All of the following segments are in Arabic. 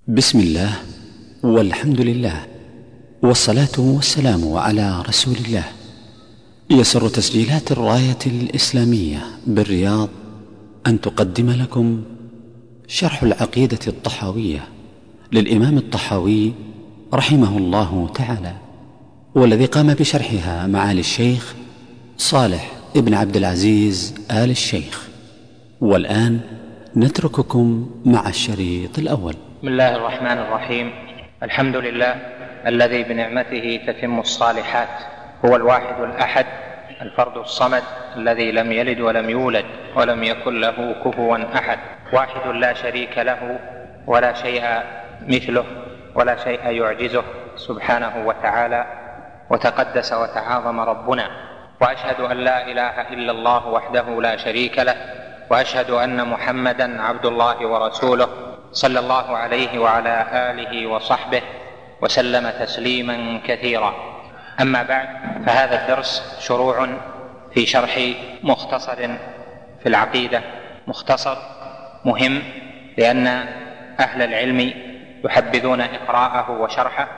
بسم الله والحمد لله والصلاة والسلام على رسول الله. يسر تسجيلات الراية الإسلامية بالرياض أن تقدم لكم شرح العقيدة الطحاوية للإمام الطحاوي رحمه الله تعالى، والذي قام بشرحها معالي الشيخ صالح ابن عبد العزيز آل الشيخ. والآن نترككم مع الشريط الأول. بسم الله الرحمن الرحيم. الحمد لله الذي بنعمته تتم الصالحات، هو الواحد الأحد الفرد الصمد الذي لم يلد ولم يولد ولم يكن له كفوا أحد، واحد لا شريك له ولا شيء مثله ولا شيء يعجزه سبحانه وتعالى، وتقدس وتعاظم ربنا. وأشهد أن لا إله إلا الله وحده لا شريك له، وأشهد أن محمدا عبد الله ورسوله صلى الله عليه وعلى آله وصحبه وسلم تسليما كثيرا. أما بعد، فهذا الدرس شروع في شرح مختصر في العقيدة، مختصر مهم لأن أهل العلم يحبذون إقراءه وشرحه،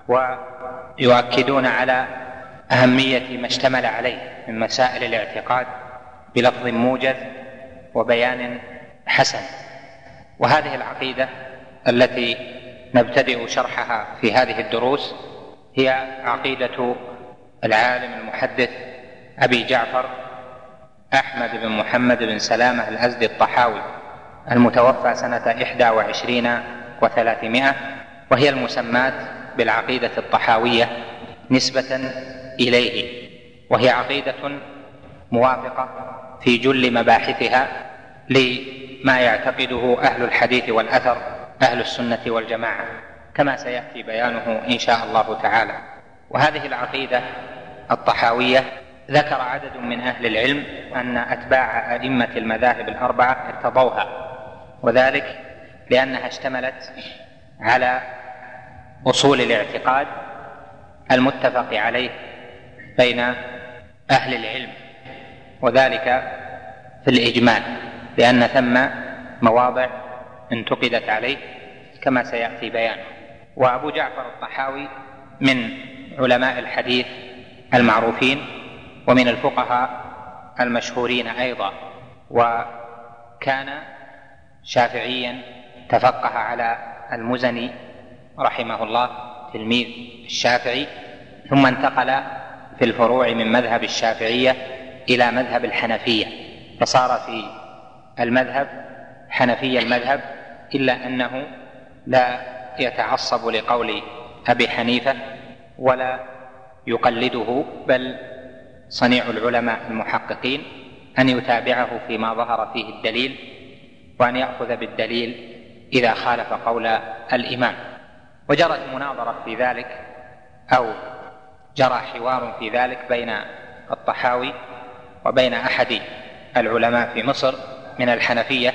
ويؤكدون على أهمية ما اشتمل عليه من مسائل الاعتقاد بلفظ موجز وبيان حسن. وهذه العقيدة التي نبتدئ شرحها في هذه الدروس هي عقيدة العالم المحدث أبي جعفر أحمد بن محمد بن سلامة الأزدي الطحاوي، المتوفى سنة 21 و300، وهي المسماة بالعقيدة الطحاوية نسبة إليه، وهي عقيدة موافقة في جل مباحثها لما يعتقده أهل الحديث والأثر أهل السنة والجماعة، كما سيأتي بيانه إن شاء الله تعالى. وهذه العقيدة الطحاوية ذكر عدد من أهل العلم أن أتباع أئمة المذاهب الأربعة ارتضوها، وذلك لأنها اشتملت على أصول الاعتقاد المتفق عليه بين أهل العلم، وذلك في الإجمال، لأن ثم مواضع انتقدت عليه كما سيأتي بيانه. وأبو جعفر الطحاوي من علماء الحديث المعروفين ومن الفقهاء المشهورين أيضا، وكان شافعيا تفقه على المزني رحمه الله تلميذ الشافعي، ثم انتقل في الفروع من مذهب الشافعية إلى مذهب الحنفية، فصار في المذهب حنفي المذهب، إلا أنه لا يتعصب لقول أبي حنيفة ولا يقلده، بل صنيع العلماء المحققين أن يتابعه فيما ظهر فيه الدليل، وأن يأخذ بالدليل إذا خالف قول الإمام. وجرت مناظرة في ذلك، أو جرى حوار في ذلك بين الطحاوي وبين أحد العلماء في مصر من الحنفية،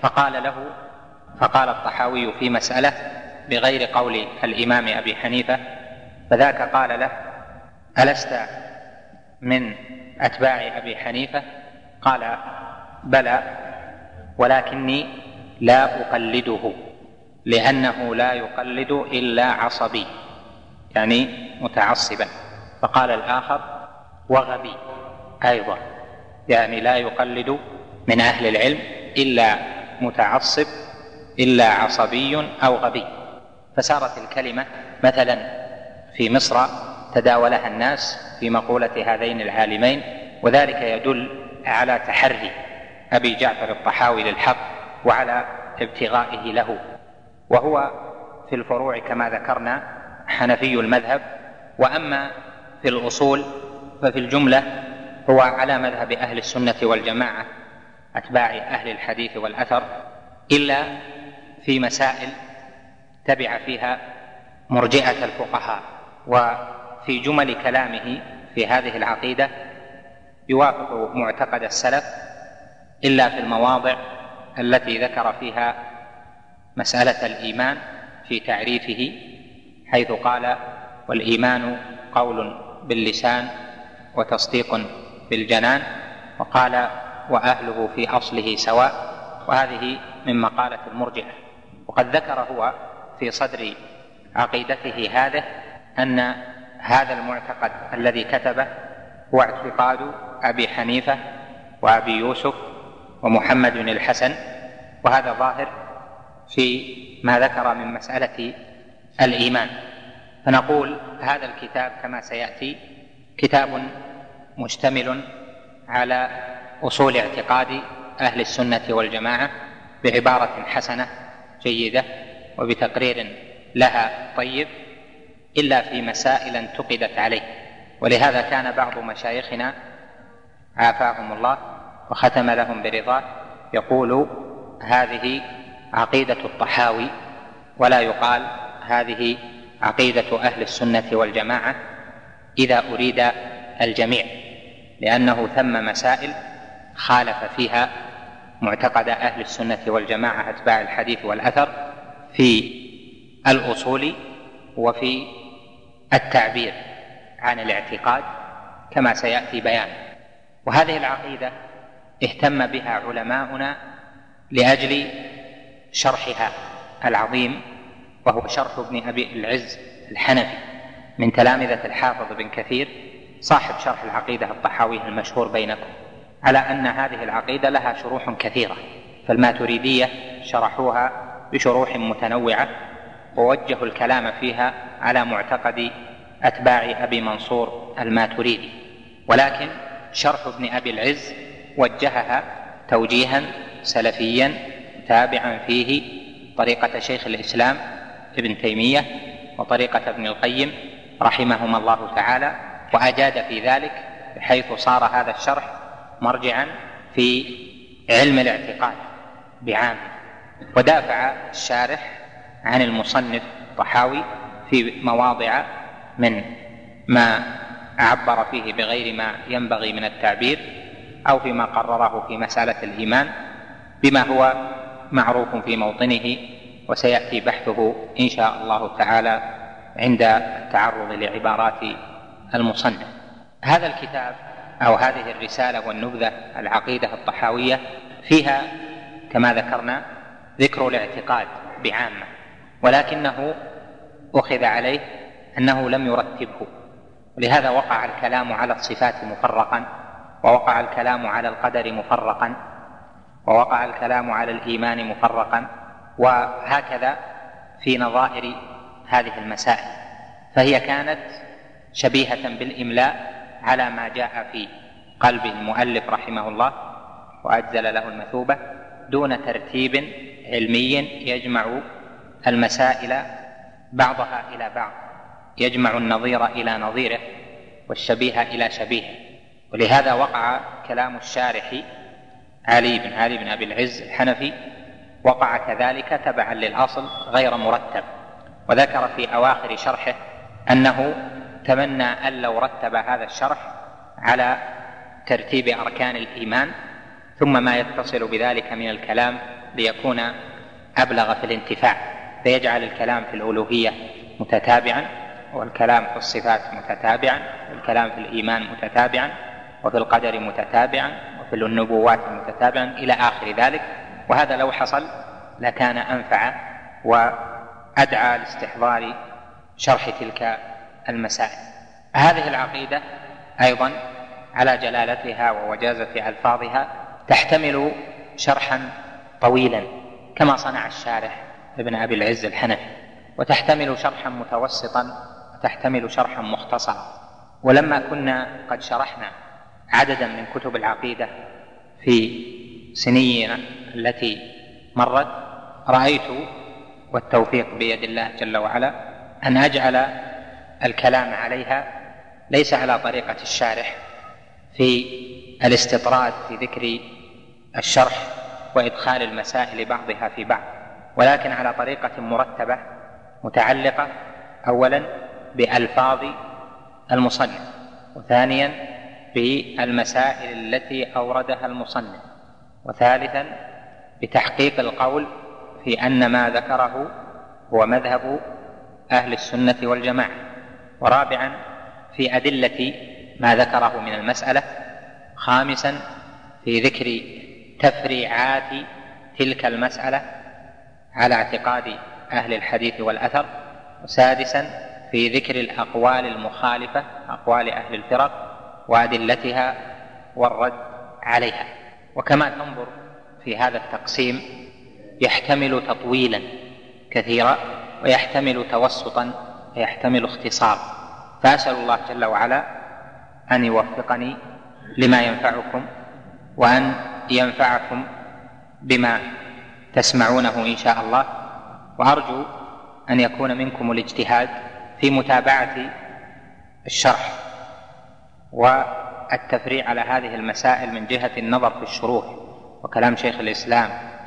فقال الطحاوي في مسألة بغير قول الإمام أبي حنيفة، فذاك قال له: ألست من أتباع أبي حنيفة؟ قال: بلى، ولكني لا أقلده، لأنه لا يقلد إلا عصبي، يعني متعصبا. فقال الآخر: وغبي أيضا، يعني لا يقلد من أهل العلم إلا متعصب إلا عصبي أو غبي. فسارت الكلمة مثلا في مصر تداولها الناس في مقولة هذين العالمين، وذلك يدل على تحري أبي جعفر الطحاوي للحق وعلى ابتغائه له. وهو في الفروع كما ذكرنا حنفي المذهب، وأما في الأصول ففي الجملة هو على مذهب أهل السنة والجماعة أتباع أهل الحديث والأثر، إلا في مسائل تبع فيها مرجئة الفقهاء. وفي جمل كلامه في هذه العقيدة يوافق معتقد السلف، إلا في المواضع التي ذكر فيها مسألة الإيمان في تعريفه، حيث قال: والإيمان قول باللسان وتصديق بالجنان، وقال: وأهله في أصله سواء. وهذه من مقالة المرجئة. وقد ذكر هو في صدر عقيدته هذه أن هذا المعتقد الذي كتبه هو اعتقاد أبي حنيفة وأبي يوسف ومحمد بن الحسن، وهذا ظاهر في ما ذكر من مسألة الإيمان. فنقول هذا الكتاب كما سيأتي كتاب مشتمل على أصول اعتقاد أهل السنة والجماعة بعبارة حسنة جيدة وبتقرير لها طيب، إلا في مسائل انتقدت عليه. ولهذا كان بعض مشايخنا عافاهم الله وختم لهم برضاه يقول هذه عقيدة الطحاوي، ولا يقال هذه عقيدة أهل السنة والجماعة إذا أريد الجميع، لأنه ثم مسائل خالف فيها معتقد أهل السنة والجماعة أتباع الحديث والأثر في الأصول وفي التعبير عن الاعتقاد كما سيأتي بيان. وهذه العقيدة اهتم بها علماؤنا لأجل شرحها العظيم، وهو شرح ابن أبي العز الحنفي من تلامذة الحافظ بن كثير صاحب شرح العقيدة الطحاوي المشهور بينكم، على أن هذه العقيدة لها شروح كثيرة، فالماتريدية شرحوها بشروح متنوعة ووجهوا الكلام فيها على معتقد أتباع أبي منصور الماتريدي، ولكن شرح ابن أبي العز وجهها توجيها سلفيا تابعا فيه طريقة شيخ الإسلام ابن تيمية وطريقة ابن القيم رحمهما الله تعالى، وأجاد في ذلك بحيث صار هذا الشرح مرجعا في علم الاعتقاد بعام. ودافع الشارح عن المصنف الطحاوي في مواضع من ما عبر فيه بغير ما ينبغي من التعبير، أو فيما قرره في مسألة الإيمان بما هو معروف في موطنه، وسيأتي بحثه إن شاء الله تعالى عند التعرض لعبارات المصنف. هذا الكتاب أو هذه الرسالة والنبذة العقيدة الطحاوية فيها كما ذكرنا ذكر الاعتقاد بعامة، ولكنه أخذ عليه أنه لم يرتبه، ولهذا وقع الكلام على الصفات مفرقا، ووقع الكلام على القدر مفرقا، ووقع الكلام على الإيمان مفرقا، وهكذا في نظائر هذه المسائل، فهي كانت شبيهة بالإملاء على ما جاء في قلب المؤلف رحمه الله وأجزل له المثوبة، دون ترتيب علمي يجمع المسائل بعضها إلى بعض، يجمع النظير إلى نظيره والشبيه إلى شبيهه. ولهذا وقع كلام الشارح علي بن أبي العز الحنفي وقع كذلك تبعا للأصل غير مرتب، وذكر في أواخر شرحه أنه تمنى أن لو رتب هذا الشرح على ترتيب أركان الإيمان ثم ما يتصل بذلك من الكلام ليكون أبلغ في الانتفاع، فيجعل الكلام في الألوهية متتابعا، والكلام في الصفات متتابعا، والكلام في الإيمان متتابعا، وفي القدر متتابعا، وفي النبوات متتابعا إلى آخر ذلك. وهذا لو حصل لكان أنفع وأدعى لاستحضار شرح تلك المسائل. هذه العقيدة أيضا على جلالتها ووجازة ألفاظها تحتمل شرحا طويلا كما صنع الشارح ابن أبي العز الحنفي، وتحتمل شرحا متوسطا، وتحتمل شرحا مختصرا. ولما كنا قد شرحنا عددا من كتب العقيدة في سنينا التي مرت، رأيت والتوفيق بيد الله جل وعلا أن أجعل الكلام عليها ليس على طريقة الشارح في الاستطراد في ذكر الشرح وإدخال المسائل بعضها في بعض، ولكن على طريقة مرتبة متعلقة أولا بألفاظ المصنف، وثانيا بالمسائل التي أوردها المصنف، وثالثا بتحقيق القول في أن ما ذكره هو مذهب أهل السنة والجماعة، ورابعا في أدلة ما ذكره من المسألة، خامسا في ذكر تفريعات تلك المسألة على اعتقاد أهل الحديث والأثر. وسادسا في ذكر الأقوال المخالفة، أقوال أهل الفرق وأدلتها والرد عليها. وكما تنظر في هذا التقسيم يحتمل تطويلا كثيرا ويحتمل توسطا ويحتمل اختصار، فأسأل الله جل وعلا أن يوفقني لما ينفعكم وأن ينفعكم بما تسمعونه إن شاء الله. وأرجو أن يكون منكم الاجتهاد في متابعة الشرح والتفريع على هذه المسائل من جهة النظر في الشروح وكلام شيخ الإسلام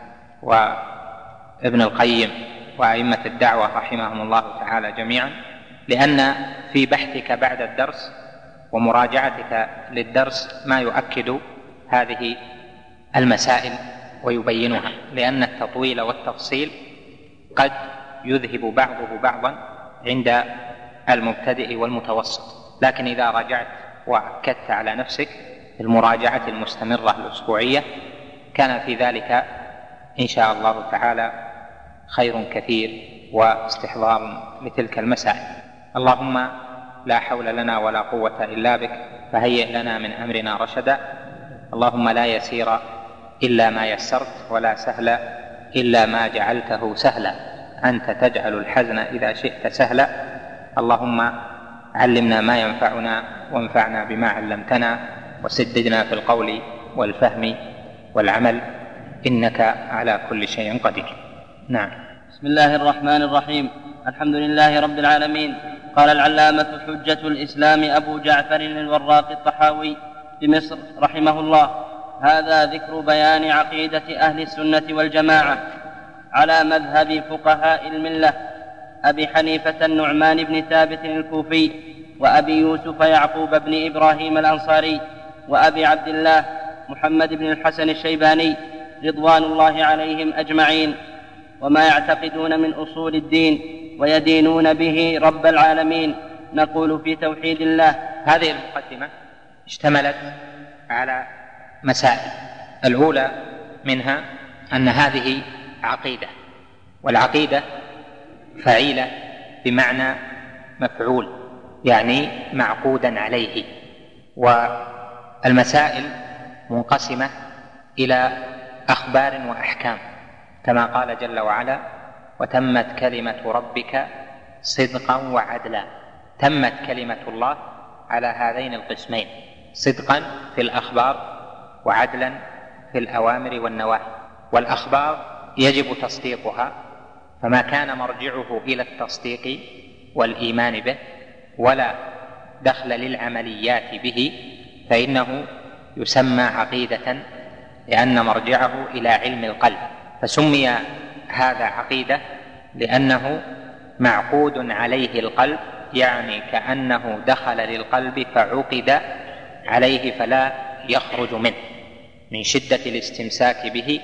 وابن القيم وأئمة الدعوة رحمهم الله تعالى جميعا، لأن في بحثك بعد الدرس ومراجعتك للدرس ما يؤكد هذه المسائل ويبينها، لأن التطويل والتفصيل قد يذهب بعضه بعضا عند المبتدئ والمتوسط. لكن إذا راجعت وأكدت على نفسك المراجعة المستمرة الأسبوعية كان في ذلك إن شاء الله تعالى خير كثير واستحضار لتلك المسائل. اللهم لا حول لنا ولا قوة إلا بك، فهيئ لنا من أمرنا رشدا. اللهم لا يسير إلا ما يسرت ولا سهل إلا ما جعلته سهلا، أنت تجعل الحزن إذا شئت سهلا. اللهم علمنا ما ينفعنا وانفعنا بما علمتنا وسددنا في القول والفهم والعمل، إنك على كل شيء قدير. نعم. بسم الله الرحمن الرحيم. الحمد لله رب العالمين. قال العلامة حجة الإسلام أبو جعفر الوراق الطحاوي بمصر رحمه الله: هذا ذكر بيان عقيدة أهل السنة والجماعة على مذهب فقهاء الملة أبي حنيفة النعمان بن ثابت الكوفي، وأبي يوسف يعقوب بن إبراهيم الأنصاري، وأبي عبد الله محمد بن الحسن الشيباني رضوان الله عليهم أجمعين، وما يعتقدون من أصول الدين ويدينون به رب العالمين. نقول في توحيد الله. هذه المقدمة اشتملت على مسائل. الأولى منها أن هذه عقيدة، والعقيدة فعيلة بمعنى مفعول، يعني معقودا عليه. والمسائل منقسمة إلى أخبار وأحكام، كما قال جل وعلا: وتمت كلمة ربك صدقا وعدلا. تمت كلمة الله على هذين القسمين: صدقا في الأخبار وعدلا في الأوامر والنواهي. والأخبار يجب تصديقها، فما كان مرجعه إلى التصديق والإيمان به ولا دخل للعمليات به فإنه يسمى عقيدة، لأن مرجعه إلى علم القلب. فسمي هذا عقيدة لأنه معقود عليه القلب، يعني كأنه دخل للقلب فعقد عليه فلا يخرج منه، من شدة الاستمساك به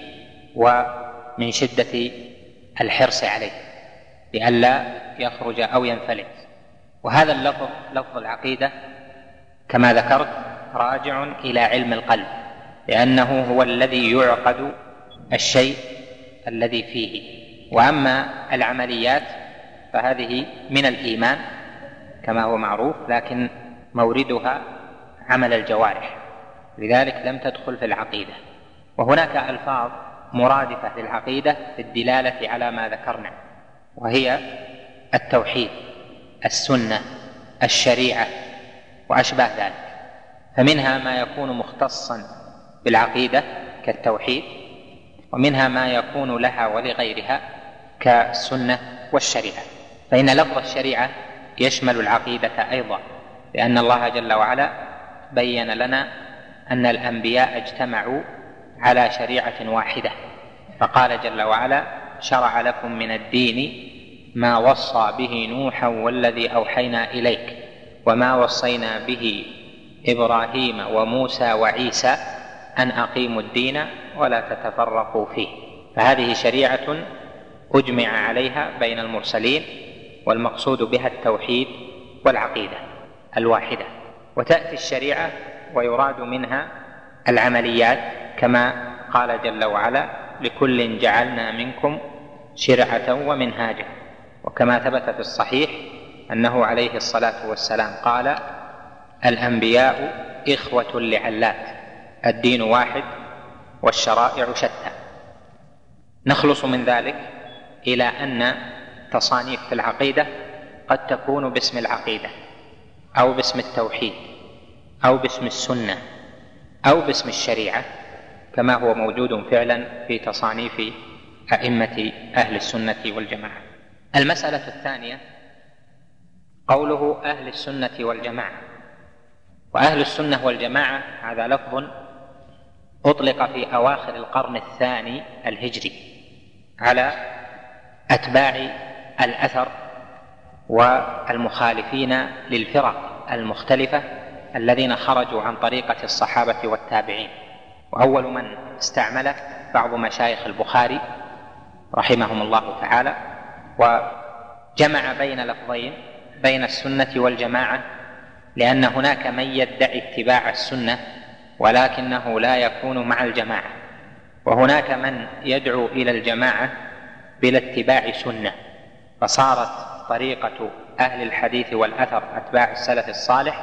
ومن شدة الحرص عليه لئلا يخرج أو ينفلت. وهذا اللفظ لفظ العقيدة كما ذكرت راجع إلى علم القلب، لأنه هو الذي يعقد الشيء الذي فيه. وأما العمليات فهذه من الإيمان كما هو معروف، لكن موردها عمل الجوارح، لذلك لم تدخل في العقيدة. وهناك ألفاظ مرادفة للعقيدة في الدلالة على ما ذكرنا، وهي التوحيد، السنة، الشريعة وأشباه ذلك. فمنها ما يكون مختصا بالعقيدة كالتوحيد، ومنها ما يكون لها ولغيرها كالسنة والشريعة. فإن لفظ الشريعة يشمل العقيدة أيضا، لأن الله جل وعلا بين لنا أن الأنبياء اجتمعوا على شريعة واحدة، فقال جل وعلا: شرع لكم من الدين ما وصى به نوحا والذي أوحينا إليك وما وصينا به إبراهيم وموسى وعيسى أن أقيموا الدين ولا تتفرقوا فيه. فهذه شريعة أجمع عليها بين المرسلين، والمقصود بها التوحيد والعقيدة الواحدة. وتأتي الشريعة ويراد منها العمليات، كما قال جل وعلا: لكل جعلنا منكم شرعة ومنهاجا. وكما ثبت في الصحيح أنه عليه الصلاة والسلام قال: الأنبياء إخوة لعلات، الدين واحد والشرائع شتى. نخلص من ذلك إلى أن تصانيف في العقيدة قد تكون باسم العقيدة أو باسم التوحيد أو باسم السنة أو باسم الشريعة، كما هو موجود فعلا في تصانيف أئمة أهل السنة والجماعة. المسألة الثانية قوله أهل السنة والجماعة. وأهل السنة والجماعة هذا لفظ أطلق في أواخر القرن الثاني الهجري على أتباع الأثر والمخالفين للفرق المختلفة الذين خرجوا عن طريقة الصحابة والتابعين. وأول من استعمله بعض مشايخ البخاري رحمهم الله تعالى، وجمع بين لفظين بين السنة والجماعة، لأن هناك من يدعي اتباع السنة ولكنه لا يكون مع الجماعة، وهناك من يدعو إلى الجماعة بلا اتباع سنة، فصارت طريقة أهل الحديث والأثر أتباع السلف الصالح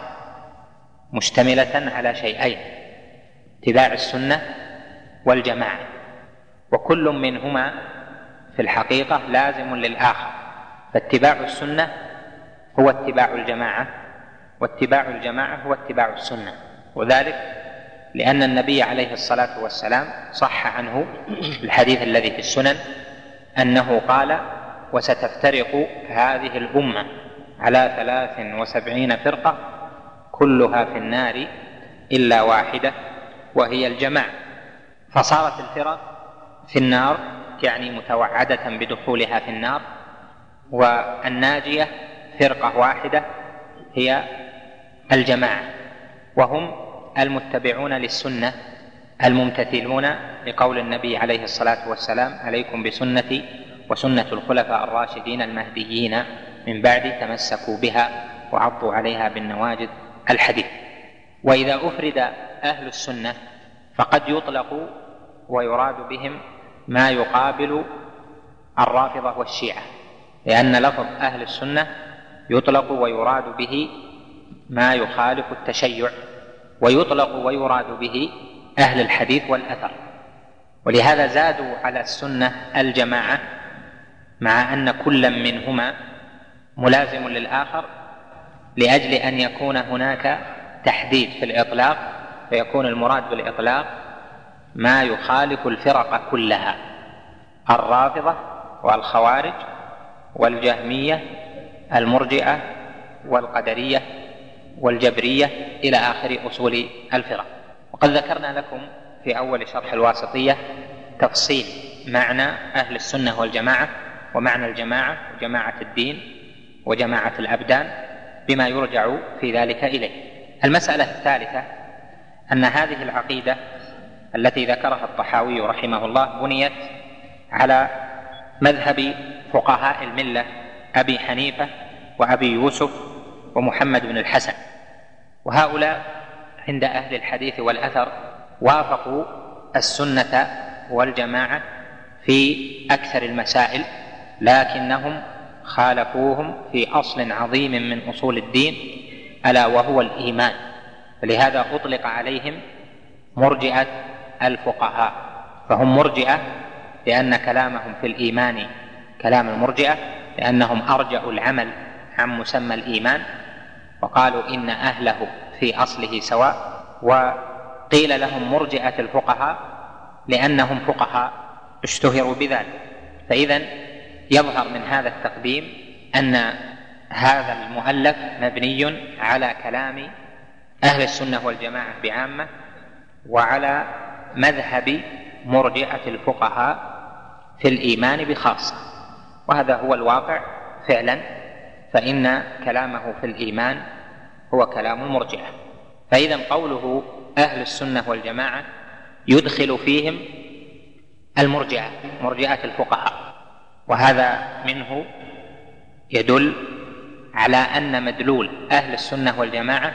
مشتملة على شيئين: اتباع السنة والجماعة، وكل منهما في الحقيقة لازم للآخر. فاتباع السنة هو اتباع الجماعة، واتباع الجماعة هو اتباع السنة. وذلك لأن النبي عليه الصلاة والسلام صح عنه الحديث الذي في السنن أنه قال: وستفترق هذه الأمة على 73 فرقة كلها في النار إلا واحدة وهي الجماعة. فصارت الفرق في النار، يعني متوعدة بدخولها في النار، والناجية فرقة واحدة هي الجماعة، وهم المتبعون للسنة الممتثلون لقول النبي عليه الصلاة والسلام: عليكم بسنتي وسنة الخلفاء الراشدين المهديين من بعد، تمسكوا بها وعضوا عليها بالنواجذ. الحديث. وإذا أفرد أهل السنة فقد يطلق ويراد بهم ما يقابل الرافضة والشيعة، لأن لفظ أهل السنة يطلق ويراد به ما يخالف التشيع، ويطلق ويراد به أهل الحديث والأثر. ولهذا زادوا على السنة الجماعة، مع أن كل منهما ملازم للآخر، لأجل أن يكون هناك تحديد في الإطلاق، فيكون المراد بالإطلاق ما يخالف الفرق كلها: الرافضة والخوارج والجهمية المرجئة والقدرية والجبرية إلى آخر أصول الفرق. وقد ذكرنا لكم في أول شرح الواسطية تفصيل معنى أهل السنة والجماعة، ومعنى الجماعة وجماعة الدين وجماعة الأبدان، بما يرجع في ذلك إليه. المسألة الثالثة أن هذه العقيدة التي ذكرها الطحاوي رحمه الله بنيت على مذهب فقهاء الملة أبي حنيفة وأبي يوسف ومحمد بن الحسن، وهؤلاء عند أهل الحديث والأثر وافقوا السنة والجماعة في أكثر المسائل، لكنهم خالفوهم في أصل عظيم من أصول الدين، ألا وهو الإيمان. فلهذا أطلق عليهم مرجئة الفقهاء، فهم مرجئة لأن كلامهم في الإيمان كلام المرجئة، لأنهم أرجأوا العمل عن مسمى الإيمان، وقالوا إن أهله في أصله سواء. وقيل لهم مرجئة الفقهاء لأنهم فقهاء اشتهروا بذلك. فإذن يظهر من هذا التقديم أن هذا المؤلف مبني على كلام أهل السنة والجماعة بعامة، وعلى مذهب مرجئة الفقهاء في الإيمان بخاصة، وهذا هو الواقع فعلا، فإن كلامه في الإيمان هو كلام المرجئة. فإذا قوله أهل السنة والجماعة يدخل فيهم المرجئة، مرجئة الفقهاء، وهذا منه يدل على أن مدلول أهل السنة والجماعة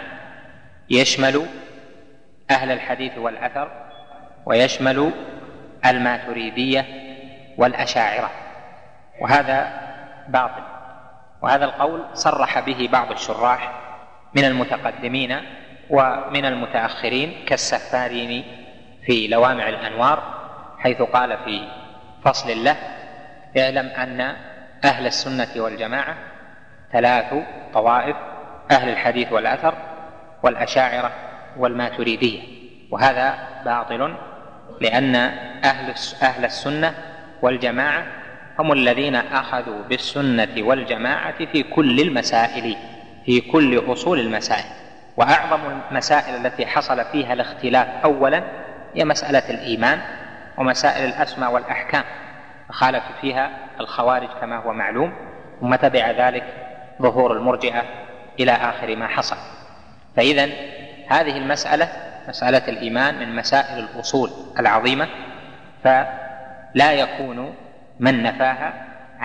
يشمل أهل الحديث والأثر، ويشمل الماتريدية والأشاعرة، وهذا باطل. وهذا القول صرح به بعض الشراح من المتقدمين ومن المتأخرين كالسفاريني في لوامع الأنوار، حيث قال في فصل له: اعلم أن أهل السنة والجماعة 3 طوائف: أهل الحديث والأثر والأشاعرة والماتريدية. وهذا باطل، لأن أهل السنة والجماعة هم الذين أخذوا بالسنة والجماعة في كل المسائل، في كل أصول المسائل. وأعظم المسائل التي حصل فيها الاختلاف أولا هي مسألة الإيمان ومسائل الأسماء والأحكام، فخالف فيها الخوارج كما هو معلوم، ثم تبع ذلك ظهور المرجئة إلى آخر ما حصل. فإذن هذه المسألة، مسألة الإيمان، من مسائل الأصول العظيمة، فلا يكون من نفاها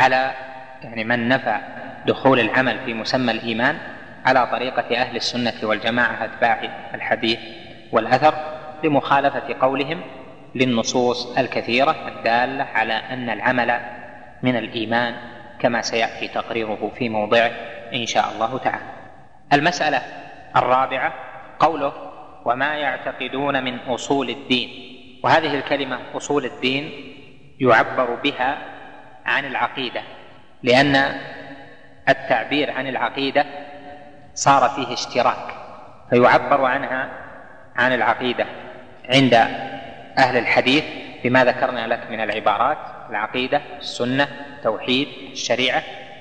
من نفى دخول العمل في مسمى الإيمان على طريقة أهل السنة والجماعة أتباع الحديث والأثر، لمخالفة قولهم للنصوص الكثيرة الدالة على أن العمل من الإيمان، كما سيأتي تقريره في موضعه إن شاء الله تعالى. المسألة الرابعة قوله: وما يعتقدون من أصول الدين. وهذه الكلمة أصول الدين يعبر بها عن العقيدة، لأن التعبير عن العقيدة صار فيه اشتراك، فيعبر عنها عن العقيدة عند أهل الحديث بما ذكرنا لك من العبارات: العقيدة، السنة، التوحيد، الشريعة.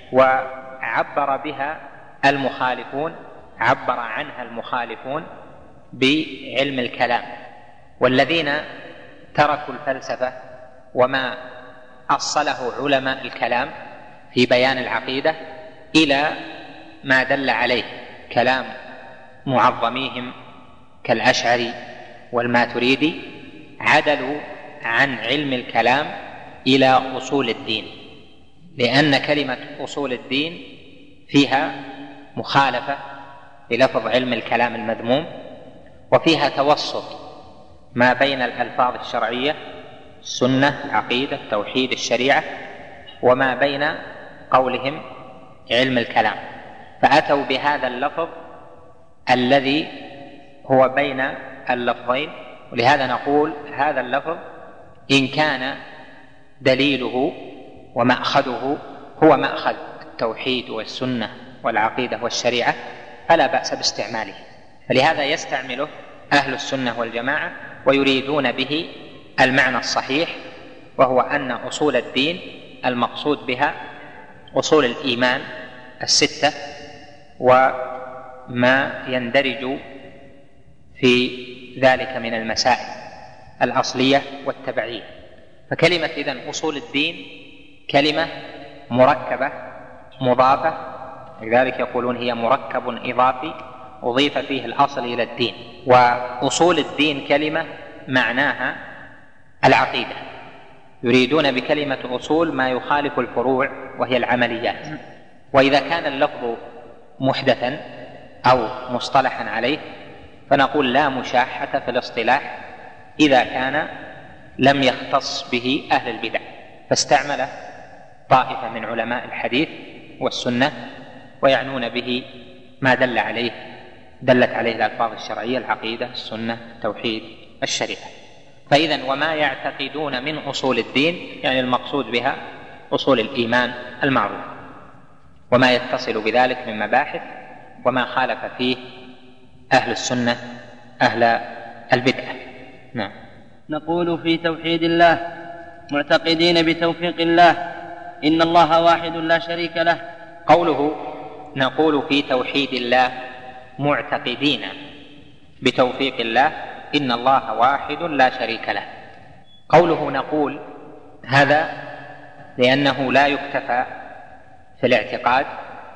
وعبر بها المخالفون، عبر عنها المخالفون بعلم الكلام، والذين تركوا الفلسفة وما أصله علماء الكلام في بيان العقيدة إلى ما دل عليه كلام معظميهم كالأشعري والماتريدي، عدلوا عن علم الكلام إلى أصول الدين، لأن كلمة أصول الدين فيها مخالفة للفظ علم الكلام المذموم، وفيها توسط ما بين الألفاظ الشرعية: السنة، العقيدة، التوحيد، الشريعة، وما بين قولهم علم الكلام، فأتوا بهذا اللفظ الذي هو بين اللفظين. ولهذا نقول هذا اللفظ إن كان دليله ومأخذه هو مأخذ التوحيد والسنة والعقيدة والشريعة فلا بأس باستعماله، فلهذا يستعمله أهل السنة والجماعة ويريدون به المعنى الصحيح، وهو أن أصول الدين المقصود بها أصول الإيمان 6 وما يندرج في ذلك من المسائل الأصلية والتبعية. فكلمة إذن أصول الدين كلمة مركبة مضافة، لذلك يقولون هي مركب إضافي أضيف فيه الأصل إلى الدين. وأصول الدين كلمة معناها العقيدة، يريدون بكلمة أصول ما يخالف الفروع وهي العمليات. وإذا كان اللفظ محدثا أو مصطلحا عليه فنقول لا مشاحة في الاصطلاح إذا كان لم يختص به أهل البدع، فاستعمل طائفة من علماء الحديث والسنة ويعنون به ما دلت عليه الألفاظ الشرعية: العقيدة، السنة، التوحيد، الشريعة. فإذن وما يعتقدون من أصول الدين يعني المقصود بها أصول الإيمان المعروف، وما يتصل بذلك من مباحث وما خالف فيه أهل السنة أهل البدعة. نعم. نقول في توحيد الله معتقدين بتوفيق الله إن الله واحد لا شريك له. قوله نقول في توحيد الله معتقدين بتوفيق الله إن الله واحد لا شريك له. قوله نقول هذا لأنه لا يكتفى في الاعتقاد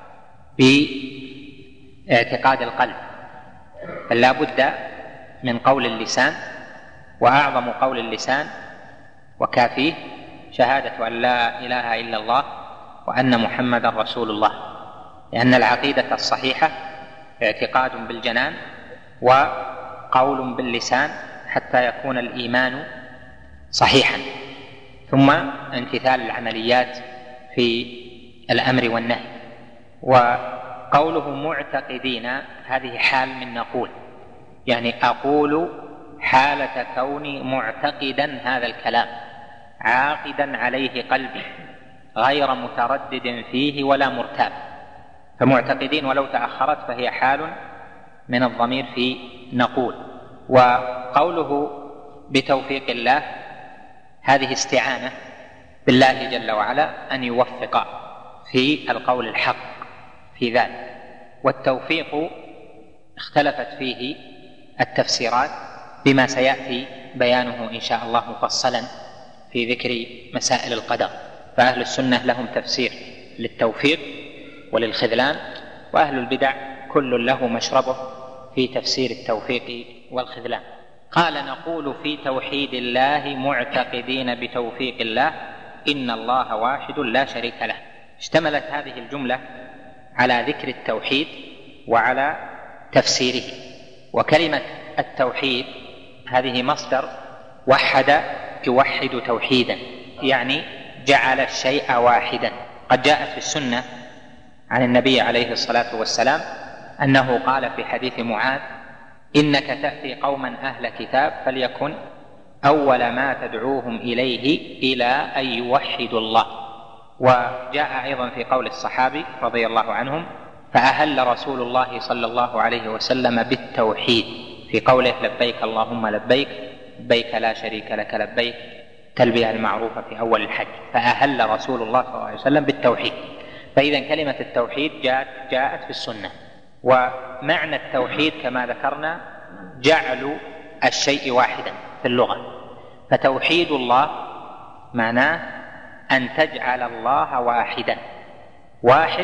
باعتقاد القلب، بل لا بد من قول اللسان، وأعظم قول اللسان وكافيه شهادة أن لا إله إلا الله وأن محمدا رسول الله، لأن العقيدة الصحيحة اعتقاد بالجنان وقول باللسان حتى يكون الإيمان صحيحا، ثم امتثال العمليات في الأمر والنهي. وقوله معتقدين هذه حال من نقول، يعني أقول حالة كوني معتقدا هذا الكلام عاقدا عليه قلبي غير متردد فيه ولا مرتاب. فمعتقدين ولو تأخرت فهي حال من الضمير في نقول. وقوله بتوفيق الله هذه استعانة بالله جل وعلا أن يوفق في القول الحق في ذلك. والتوفيق اختلفت فيه التفسيرات بما سيأتي بيانه إن شاء الله مفصلا في ذكر مسائل القدر. فأهل السنة لهم تفسير للتوفيق وللخذلان، وأهل البدع كل له مشربه في تفسير التوفيق والخذلان. قال نقول في توحيد الله معتقدين بتوفيق الله إن الله واحد لا شريك له. اشتملت هذه الجملة على ذكر التوحيد وعلى تفسيره. وكلمة التوحيد هذه مصدر وحد يوحد توحيدا، يعني جعل الشيء واحدا. قد جاءت في السنة عن النبي عليه الصلاة والسلام أنه قال في حديث معاذ: إنك تأتي قوما أهل كتاب فليكن أول ما تدعوهم إليه إلى أن يوحدوا الله. وجاء أيضا في قول الصحابي رضي الله عنهم: فأهل رسول الله صلى الله عليه وسلم بالتوحيد في قوله: لبيك اللهم لبيك لبيك لا شريك لك لبيك، تلبية المعروفة في أول الحج. فأهل رسول الله صلى الله عليه وسلم بالتوحيد. فإذا كلمة التوحيد جاءت في السنة. ومعنى التوحيد كما ذكرنا جعل الشيء واحدا في اللغة. فتوحيد الله معناه أن تجعل الله واحدا، واحد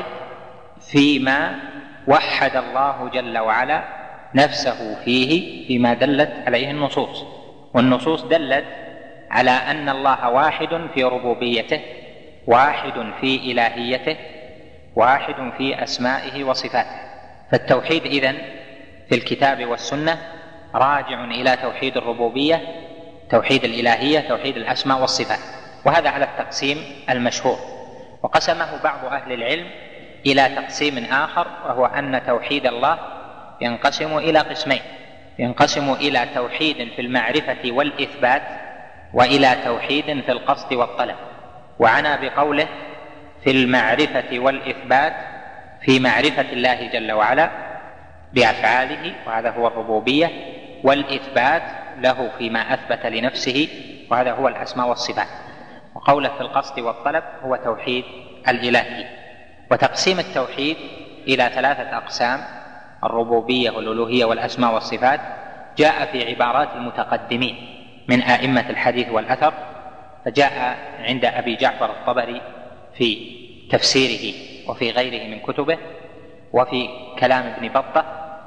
فيما وحد الله جل وعلا نفسه فيه فيما دلت عليه النصوص. والنصوص دلت على أن الله واحد في ربوبيته، واحد في إلهيته، واحد في أسمائه وصفاته. فالتوحيد إذن في الكتاب والسنة راجع إلى توحيد الربوبية، توحيد الإلهية، توحيد الأسماء والصفات. وهذا على التقسيم المشهور. وقسمه بعض أهل العلم إلى تقسيم آخر، وهو أن توحيد الله ينقسم إلى قسمين: ينقسم إلى توحيد في المعرفة والإثبات، وإلى توحيد في القصد والطلب. وعنى بقوله في المعرفة والإثبات في معرفة الله جل وعلا بأفعاله، وهذا هو الربوبية، والإثبات له فيما أثبت لنفسه، وهذا هو الأسماء والصفات. وقوله في القصد والطلب هو توحيد الإلهي. وتقسيم التوحيد إلى 3 أقسام: الربوبية والألوهية والأسماء والصفات، جاء في عبارات المتقدمين من أئمة الحديث والأثر. فجاء عند أبي جعفر الطبري في تفسيره وفي غيره من كتبه، وفي كلام ابن بطة،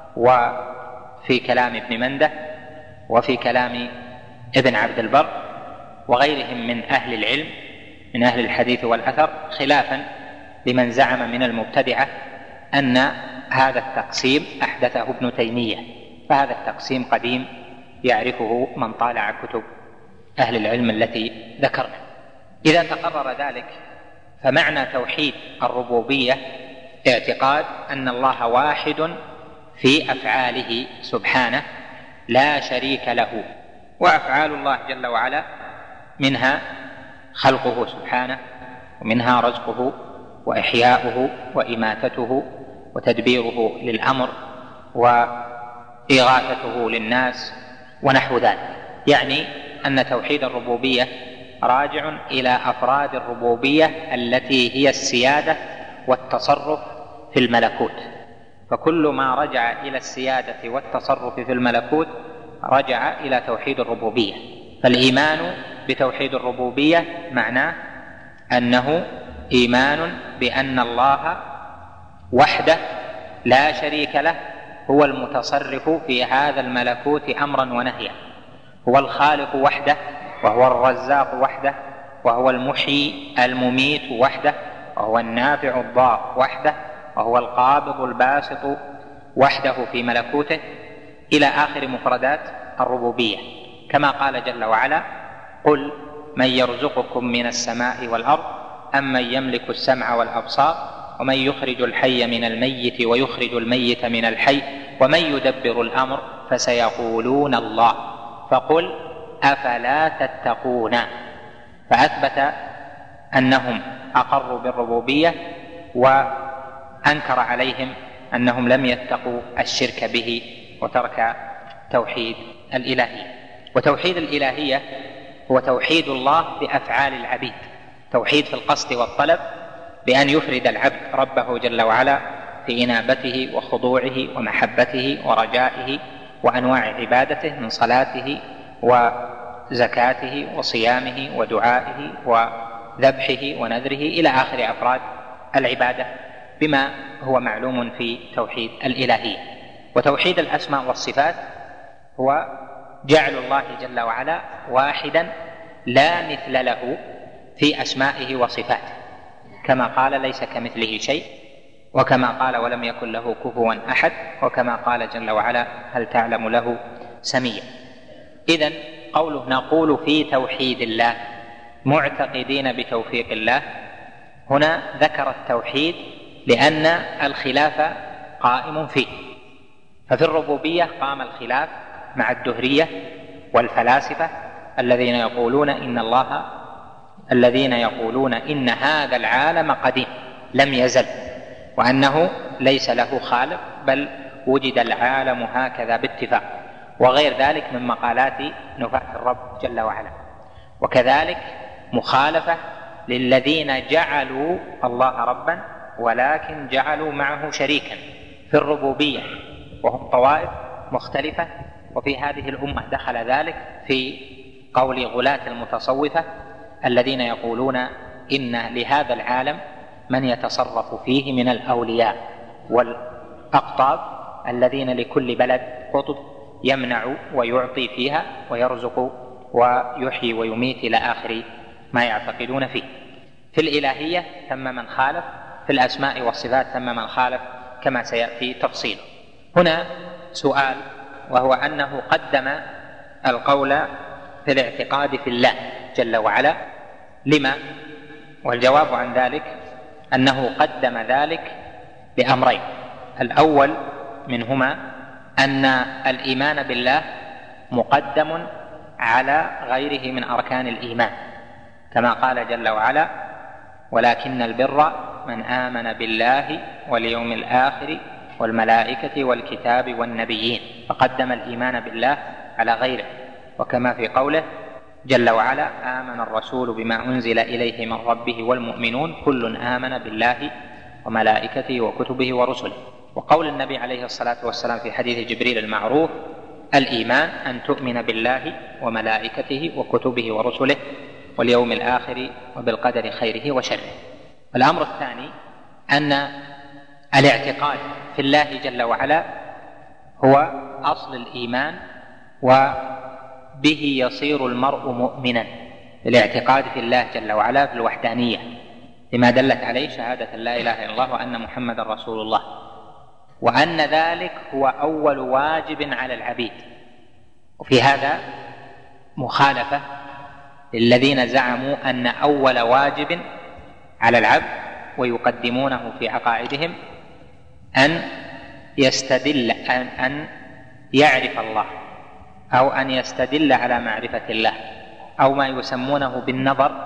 وفي كلام ابن منده، وفي كلام ابن عبد البر، وغيرهم من أهل العلم من أهل الحديث والأثر، خلافا لمن زعم من المبتدعة أن هذا التقسيم أحدثه ابن تيمية. فهذا التقسيم قديم يعرفه من طالع كتب أهل العلم التي ذكرنا. إذا تقرر ذلك فمعنى توحيد الربوبية اعتقاد أن الله واحد في أفعاله سبحانه لا شريك له. وأفعال الله جل وعلا منها خلقه سبحانه، ومنها رزقه وإحياؤه وإماتته وتدبيره للأمر وإغاثته للناس ونحو ذلك. يعني أن توحيد الربوبية راجع إلى أفراد الربوبية التي هي السيادة والتصرف في الملكوت. فكل ما رجع إلى السيادة والتصرف في الملكوت رجع إلى توحيد الربوبية. فالإيمان بتوحيد الربوبية معناه أنه إيمان بأن الله وحده لا شريك له هو المتصرف في هذا الملكوت أمرا ونهيا، هو الخالق وحده، وهو الرزاق وحده، وهو المحيي المميت وحده، وهو النافع الضار وحده، وهو القابض الباسط وحده في ملكوته، إلى آخر مفردات الربوبية. كما قال جل وعلا: قل من يرزقكم من السماء والأرض أمن يملك السمع والأبصار ومن يخرج الحي من الميت ويخرج الميت من الحي ومن يدبر الأمر فسيقولون الله فقل أفلا تتقون. فأثبت أنهم أقروا بالربوبية وأنكر عليهم أنهم لم يتقوا الشرك به وترك توحيد الإلهية. وتوحيد الإلهية هو توحيد الله بأفعال العبيد، توحيد في القصد والطلب، بأن يفرد العبد ربه جل وعلا في إنابته وخضوعه ومحبته ورجائه وأنواع عبادته من صلاته وزكاته وصيامه ودعائه وذبحه ونذره إلى آخر أفراد العبادة بما هو معلوم في توحيد الإلهية. وتوحيد الأسماء والصفات هو جعل الله جل وعلا واحدا لا مثل له في أسمائه وصفاته، كما قال ليس كمثله شيء، وكما قال ولم يكن له كفوا أحد، وكما قال جل وعلا هل تعلم له سميا. إذن قوله نقول في توحيد الله معتقدين بتوفيق الله، هنا ذكر التوحيد لأن الخلاف قائم فيه. ففي الربوبية قام الخلاف مع الدهرية والفلاسفة الذين يقولون إن هذا العالم قديم لم يزل، وأنه ليس له خالق بل وجد العالم هكذا باتفاق، وغير ذلك من مقالات نفاة الرب جل وعلا. وكذلك مخالفة للذين جعلوا الله ربا ولكن جعلوا معه شريكا في الربوبية، وهم طوائف مختلفة. وفي هذه الأمة دخل ذلك في قول غلاة المتصوفة الذين يقولون إن لهذا العالم من يتصرف فيه من الأولياء والأقطاب الذين لكل بلد قطب يمنع ويعطي فيها ويرزق ويحيي ويميت إلى آخر ما يعتقدون فيه. في الإلهية ثم من خالف، في الأسماء والصفات ثم من خالف كما سيأتي تفصيله. هنا سؤال، وهو أنه قدم القول في الاعتقاد في الله جل وعلا، لما؟ والجواب عن ذلك أنه قدم ذلك بأمرين. الأول منهما أن الإيمان بالله مقدم على غيره من أركان الإيمان، كما قال جل وعلا ولكن البر من آمن بالله واليوم الآخر والملائكة والكتاب والنبيين، فقدم الإيمان بالله على غيره. وكما في قوله جل وعلا آمن الرسول بما أنزل إليه من ربه والمؤمنون كل آمن بالله وملائكته وكتبه ورسله. وقول النبي عليه الصلاة والسلام في حديث جبريل المعروف الإيمان أن تؤمن بالله وملائكته وكتبه ورسله واليوم الآخر وبالقدر خيره وشره. الأمر الثاني أن الاعتقاد في الله جل وعلا هو أصل الإيمان، وبه يصير المرء مؤمنا. الاعتقاد في الله جل وعلا في الوحدانية لما دلت عليه شهادة لا إله إلا الله وأن محمد رسول الله، وأن ذلك هو أول واجب على العبيد. وفي هذا مخالفة للذين زعموا أن أول واجب على العبد ويقدمونه في عقائدهم أن يستدل أن يعرف الله، أو أن يستدل على معرفة الله، أو ما يسمونه بالنظر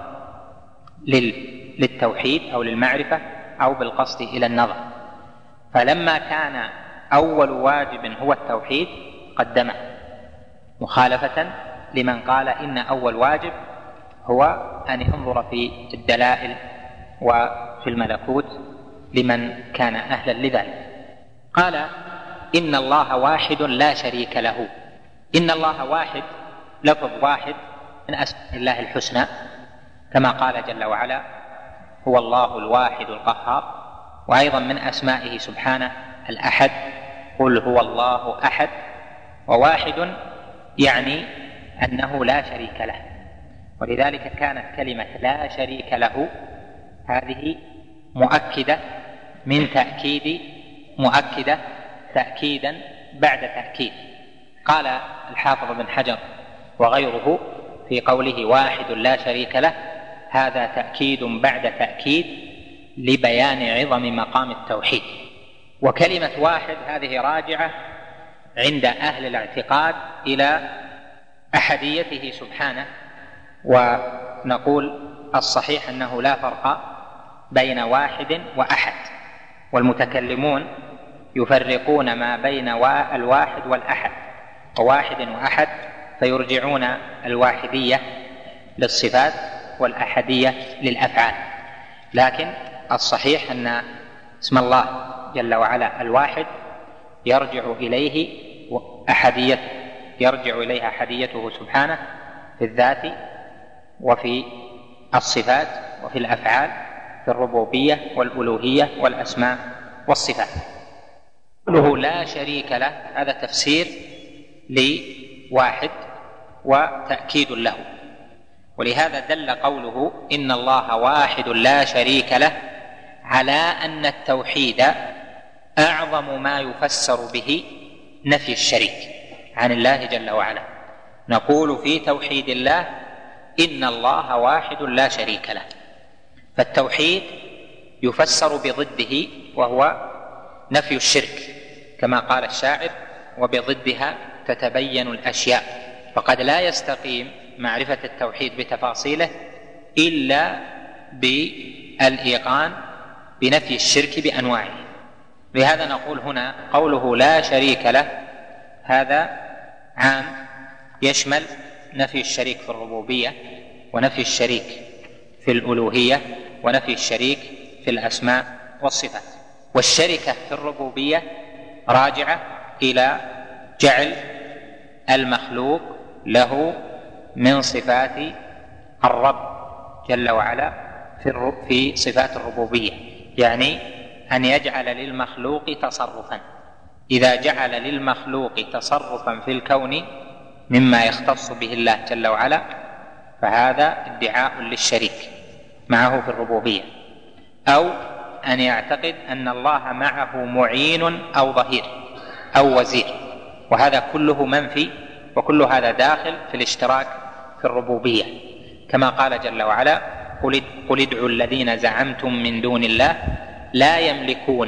للتوحيد أو للمعرفة، أو بالقصد إلى النظر. فلما كان أول واجب هو التوحيد قدمه، مخالفة لمن قال إن أول واجب هو أن ينظر في الدلائل وفي الملكوت لمن كان أهلا لذلك. قال إن الله واحد لا شريك له. إن الله واحد، لفظ واحد من أسماء الله الحسنى، كما قال جل وعلا هو الله الواحد القهار. وأيضا من أسمائه سبحانه الأحد، قل هو الله أحد. وواحد يعني أنه لا شريك له، ولذلك كانت كلمة لا شريك له هذه مؤكدة من تأكيد، مؤكدة تأكيدا بعد تأكيد. قال الحافظ بن حجر وغيره في قوله واحد لا شريك له، هذا تأكيد بعد تأكيد لبيان عظم مقام التوحيد. وكلمة واحد هذه راجعة عند أهل الاعتقاد إلى أحديته سبحانه، ونقول الصحيح أنه لا فرق بين واحد وأحد، والمتكلمون يفرقون ما بين الواحد والأحد، وواحد وأحد، فيرجعون الواحدية للصفات والأحدية للأفعال. لكن الصحيح أن اسم الله جل وعلا الواحد يرجع إليه أحديته سبحانه في الذات وفي الصفات وفي الأفعال، في الربوبية والألوهية والأسماء والصفات. قوله لا شريك له هذا تفسير لواحد وتأكيد له، ولهذا دل قوله إن الله واحد لا شريك له على أن التوحيد أعظم ما يفسر به نفي الشريك عن الله جل وعلا. نقول في توحيد الله إن الله واحد لا شريك له، فالتوحيد يفسر بضده وهو نفي الشرك، كما قال الشاعر وبضدها تتبين الأشياء. فقد لا يستقيم معرفة التوحيد بتفاصيله إلا بالإيقان بنفي الشرك بأنواعه. لهذا نقول هنا قوله لا شريك له هذا عام يشمل نفي الشريك في الربوبية، ونفي الشريك في الألوهية، ونفي الشريك في الأسماء والصفات. والشركة في الربوبية راجعة إلى جعل المخلوق له من صفات الرب جل وعلا في صفات الربوبية، يعني أن يجعل للمخلوق تصرفا. إذا جعل للمخلوق تصرفا في الكون مما يختص به الله جل وعلا فهذا ادعاء للشريك معه في الربوبية، أو أن يعتقد أن الله معه معين أو ظهير أو وزير، وهذا كله منفي، وكل هذا داخل في الاشتراك في الربوبية، كما قال جل وعلا قل ادعوا الذين زعمتم من دون الله لا يملكون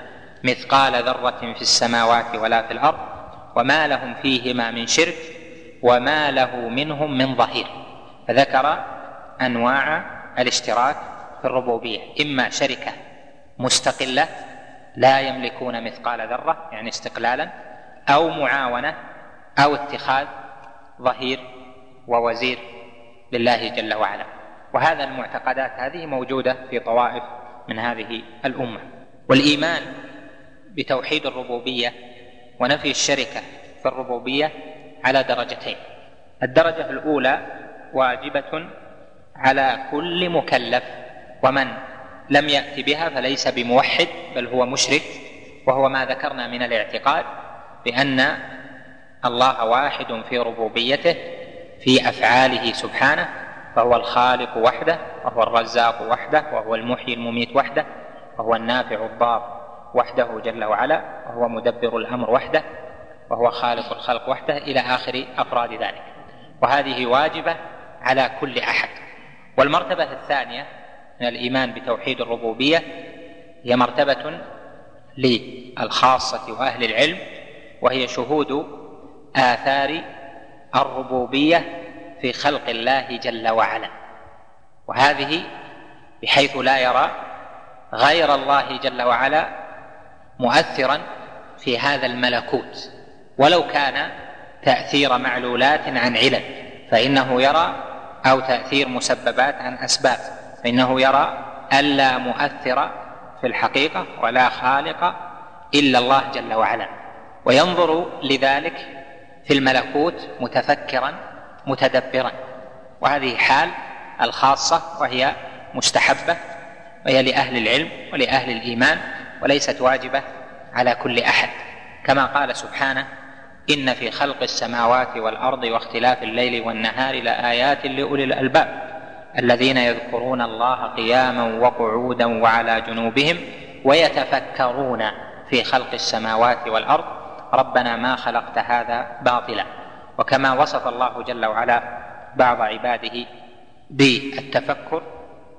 مثقال ذرة في السماوات ولا في الأرض وما لهم فيهما من شرك وما له منهم من ظهير. فذكر أنواع الاشتراك في الربوبية، إما شركة مستقلة لا يملكون مثقال ذرة يعني استقلالا، أو معاونة، أو اتخاذ ظهير ووزير لله جل وعلا. وهذا المعتقدات هذه موجودة في طوائف من هذه الأمة. والإيمان بتوحيد الربوبية ونفي الشركة في الربوبية على درجتين. الدرجة الأولى واجبة على كل مكلف، ومن لم يأت بها فليس بموحد بل هو مشرك، وهو ما ذكرنا من الاعتقاد بأن الله واحد في ربوبيته في أفعاله سبحانه، فهو الخالق وحده، وهو الرزاق وحده، وهو المحيي المميت وحده، وهو النافع الضار وحده جل وعلا، وهو مدبر الأمر وحده، وهو خالق الخلق وحده، إلى آخر أفراد ذلك. وهذه واجبة على كل أحد. والمرتبة الثانية من الإيمان بتوحيد الربوبية هي مرتبة للخاصة وأهل العلم، وهي شهود آثار الربوبية في خلق الله جل وعلا، وهذه بحيث لا يرى غير الله جل وعلا مؤثرا في هذا الملكوت، ولو كان تأثير معلولات عن علل فإنه يرى، أو تأثير مسببات عن أسباب فإنه يرى ألا مؤثر في الحقيقة ولا خالق إلا الله جل وعلا، وينظر لذلك في الملكوت متفكرا متدبرا. وهذه حال الخاصة وهي مستحبة، وهي لأهل العلم ولأهل الإيمان، وليست واجبة على كل أحد، كما قال سبحانه إن في خلق السماوات والأرض واختلاف الليل والنهار لآيات لأولي الألباب الذين يذكرون الله قياما وقعودا وعلى جنوبهم ويتفكرون في خلق السماوات والأرض ربنا ما خلقت هذا باطلا. وكما وصف الله جل وعلا بعض عباده بالتفكر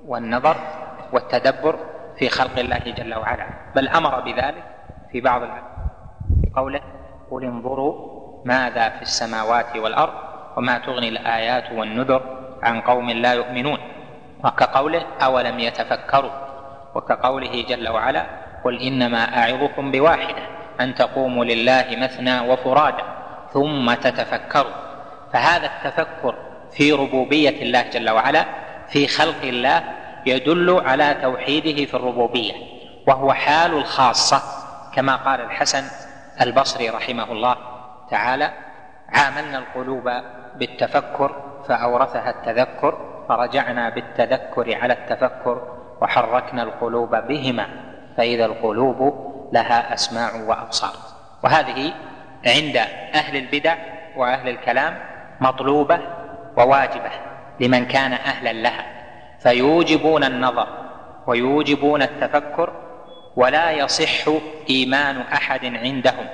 والنظر والتدبر في خلق الله جل وعلا، بل أمر بذلك في بعض الآيات بقوله قل انظروا ماذا في السماوات والأرض وما تغني الآيات والنذر عن قوم لا يؤمنون، وكقوله أولم يتفكروا، وكقوله جل وعلا قل إنما أعظكم بواحدة أن تقوموا لله مثنى وفرادا ثم تتفكروا. فهذا التفكر في ربوبية الله جل وعلا في خلق الله يدل على توحيده في الربوبية، وهو حال الخاصة، كما قال الحسن البصري رحمه الله تعالى عاملنا القلوب بالتفكر فأورثها التذكر، فرجعنا بالتذكر على التفكر وحركنا القلوب بهما فإذا القلوب لها أسماع وأبصار. وهذه عند أهل البدع وأهل الكلام مطلوبة وواجبة لمن كان أهلا لها، فيوجبون النظر ويوجبون التفكر، ولا يصح إيمان أحد عندهم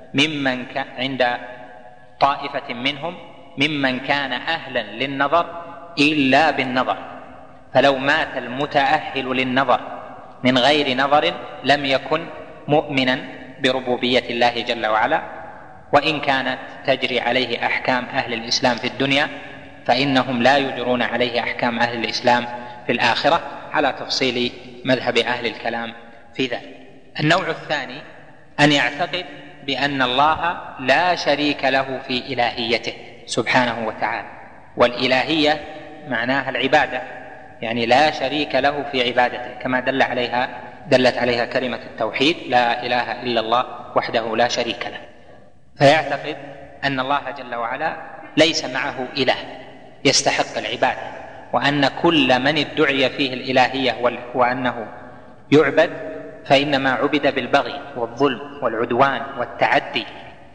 عند طائفة منهم ممن كان أهلا للنظر إلا بالنظر. فلو مات المتأهل للنظر من غير نظر لم يكن مؤمنا بربوبية الله جل وعلا، وإن كانت تجري عليه أحكام أهل الإسلام في الدنيا فإنهم لا يجرون عليه أحكام أهل الإسلام في الآخرة، على تفصيل مذهب أهل الكلام في ذلك. النوع الثاني أن يعتقد بأن الله لا شريك له في إلهيته سبحانه وتعالى، والإلهية معناها العبادة، يعني لا شريك له في عبادته، كما دلت عليها كلمة التوحيد لا إله إلا الله وحده لا شريك له. فيعتقد أن الله جل وعلا ليس معه إله يستحق العبادة، وأن كل من ادعي فيه الإلهية وأنه يعبد فإنما عبد بالبغي والظلم والعدوان والتعدي،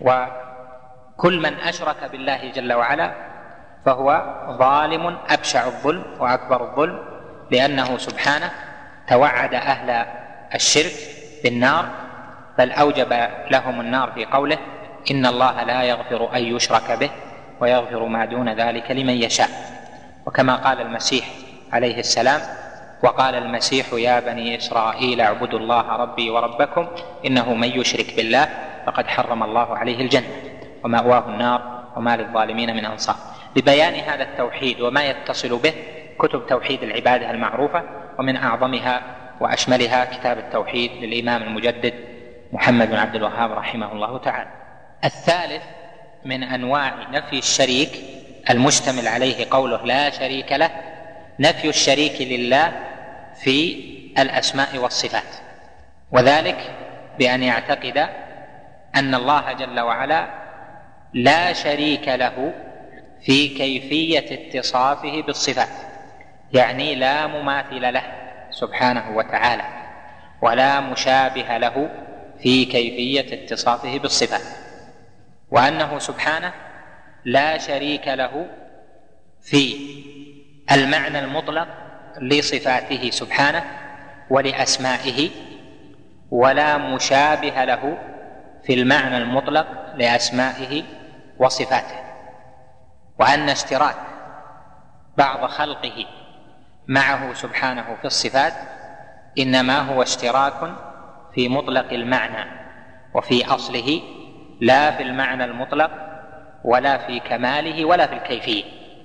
وكل من أشرك بالله جل وعلا فهو ظالم أبشع الظلم وأكبر الظلم، لأنه سبحانه توعد أهل الشرك بالنار، بل أوجب لهم النار في قوله إن الله لا يغفر أن يشرك به ويغفر ما دون ذلك لمن يشاء. وكما قال المسيح عليه السلام وقال المسيح يا بني إسرائيل اعبدوا الله ربي وربكم إنه من يشرك بالله فقد حرم الله عليه الجنة ومأواه النار وما للظالمين من أنصار. ببيان هذا التوحيد وما يتصل به كتب توحيد العبادة المعروفة، ومن أعظمها وأشملها كتاب التوحيد للإمام المجدد محمد بن عبد الوهاب رحمه الله تعالى. الثالث من أنواع نفي الشريك المشتمل عليه قوله لا شريك له نفي الشريك لله في الأسماء والصفات، وذلك بأن يعتقد أن الله جل وعلا لا شريك له في كيفية اتصافه بالصفات، يعني لا مماثل له سبحانه وتعالى ولا مشابه له في كيفية اتصافه بالصفات، وأنه سبحانه لا شريك له في المعنى المطلق لصفاته سبحانه ولأسمائه، ولا مشابه له في المعنى المطلق لأسمائه وصفاته، وأن اشتراك بعض خلقه معه سبحانه في الصفات إنما هو اشتراك في مطلق المعنى وفي أصله، لا في المعنى المطلق ولا في كماله ولا في الكيفية.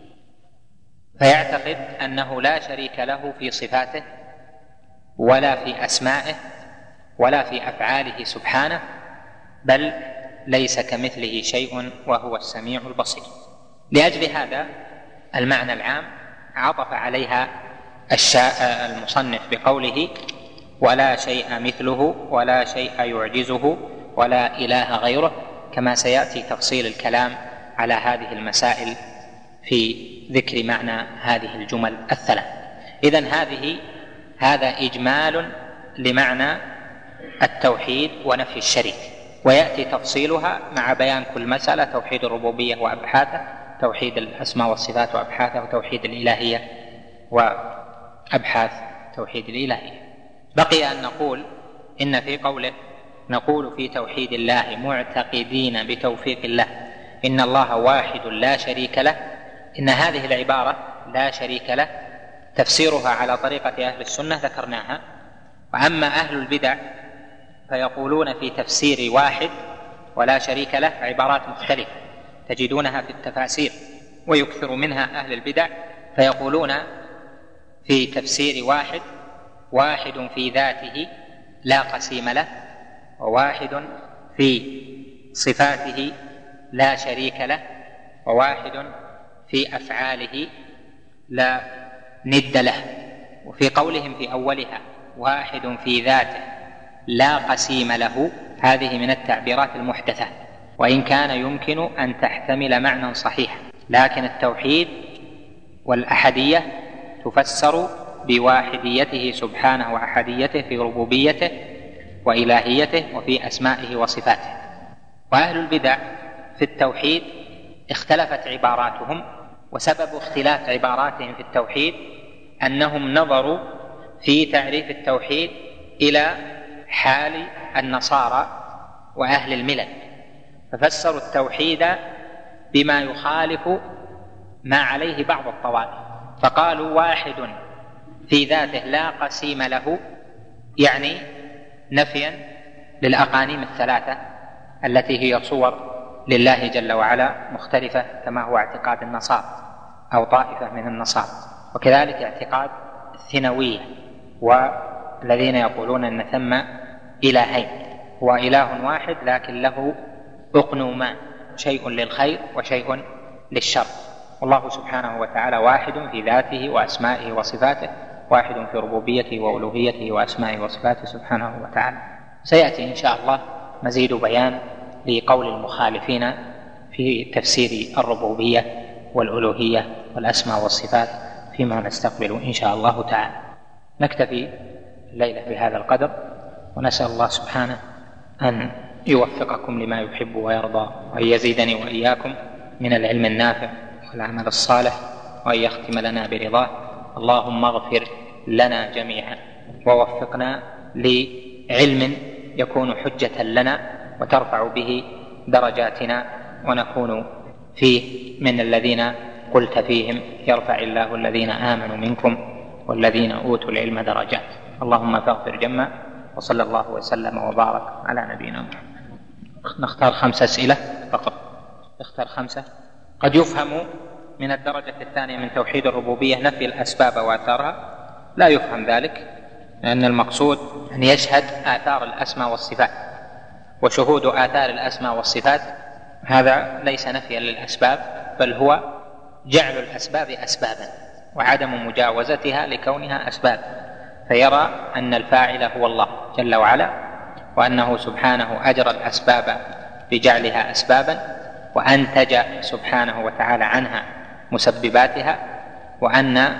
فيعتقد أنه لا شريك له في صفاته ولا في أسمائه ولا في أفعاله سبحانه، بل ليس كمثله شيء وهو السميع البصير. لأجل هذا المعنى العام عطف عليها المصنف بقوله ولا شيء مثله ولا شيء يعجزه ولا إله غيره، كما سيأتي تفصيل الكلام على هذه المسائل في ذكر معنى هذه الجمل الثلاث. إذن هذا إجمال لمعنى التوحيد ونفي الشريك، ويأتي تفصيلها مع بيان كل مسألة: توحيد الربوبية وأبحاثه، توحيد الأسماء والصفات وأبحاثه، وتوحيد الإلهية وأبحاث توحيد الإلهية. بقي أن نقول إن في قوله نقول في توحيد الله معتقدين بتوفيق الله إن الله واحد لا شريك له، إن هذه العبارة لا شريك له تفسيرها على طريقة أهل السنة ذكرناها. وأما أهل البدع فيقولون في تفسير واحد ولا شريك له عبارات مختلفة تجدونها في التفاسير ويكثر منها أهل البدع، فيقولون في تفسير واحد في ذاته لا قسيم له، وواحد في صفاته لا شريك له، وواحد في أفعاله لا ند له. وفي قولهم في أولها واحد في ذاته لا قسيم له، هذه من التعبيرات المحدثة، وإن كان يمكن أن تحتمل معنى صحيح، لكن التوحيد والأحدية تفسر بواحديته سبحانه وأحديته في ربوبيته وإلهيته وفي أسمائه وصفاته. وأهل البدع في التوحيد اختلفت عباراتهم، وسبب اختلاف عباراتهم في التوحيد أنهم نظروا في تعريف التوحيد إلى حال النصارى وأهل الملل، ففسروا التوحيد بما يخالف ما عليه بعض الطوائف، فقالوا واحد في ذاته لا قسيم له، يعني نفيا للأقانيم الثلاثة التي هي صور لله جل وعلا مختلفة كما هو اعتقاد النصارى أو طائفة من النصارى، وكذلك اعتقاد الثنوية والذين يقولون أن ثم إلهين، هو إله واحد لكن له أقنومان، شيء للخير وشيء للشر. والله سبحانه وتعالى واحد في ذاته وأسمائه وصفاته، واحد في ربوبيته وألوهيته وأسمائه وصفاته سبحانه وتعالى. سيأتي إن شاء الله مزيد بيان لقول المخالفين في تفسير الربوبية والألوهية والأسماء والصفات فيما نستقبل إن شاء الله تعالى. نكتفي الليلة بهذا القدر، ونسأل الله سبحانه أن يوفقكم لما يحب ويرضى، وأن يزيدني وإياكم من العلم النافع والعمل الصالح، وأن يختم لنا برضاه. اللهم اغفر لنا جميعا، ووفقنا لعلم يكون حجة لنا وترفع به درجاتنا، ونكون فيه من الذين قلت فيهم يرفع الله الذين آمنوا منكم والذين أوتوا العلم درجات. اللهم فاغفر جمّا، وصلى الله وسلم وبارك على نبينا محمد. نختار 5 أسئلة فقط، اختار 5. قد يفهم من الدرجة الثانية من توحيد الربوبية نفي الأسباب وآثارها، لا يفهم ذلك، لأن المقصود أن يشهد آثار الأسماء والصفات، وشهود آثار الأسماء والصفات هذا ليس نفيا للأسباب، بل هو جعل الأسباب أسبابا وعدم مجاوزتها لكونها أسباب، فيرى أن الفاعل هو الله جل وعلا، وأنه سبحانه أجرى الأسباب بجعلها أسبابا، وأنتج سبحانه وتعالى عنها مسبباتها، وأن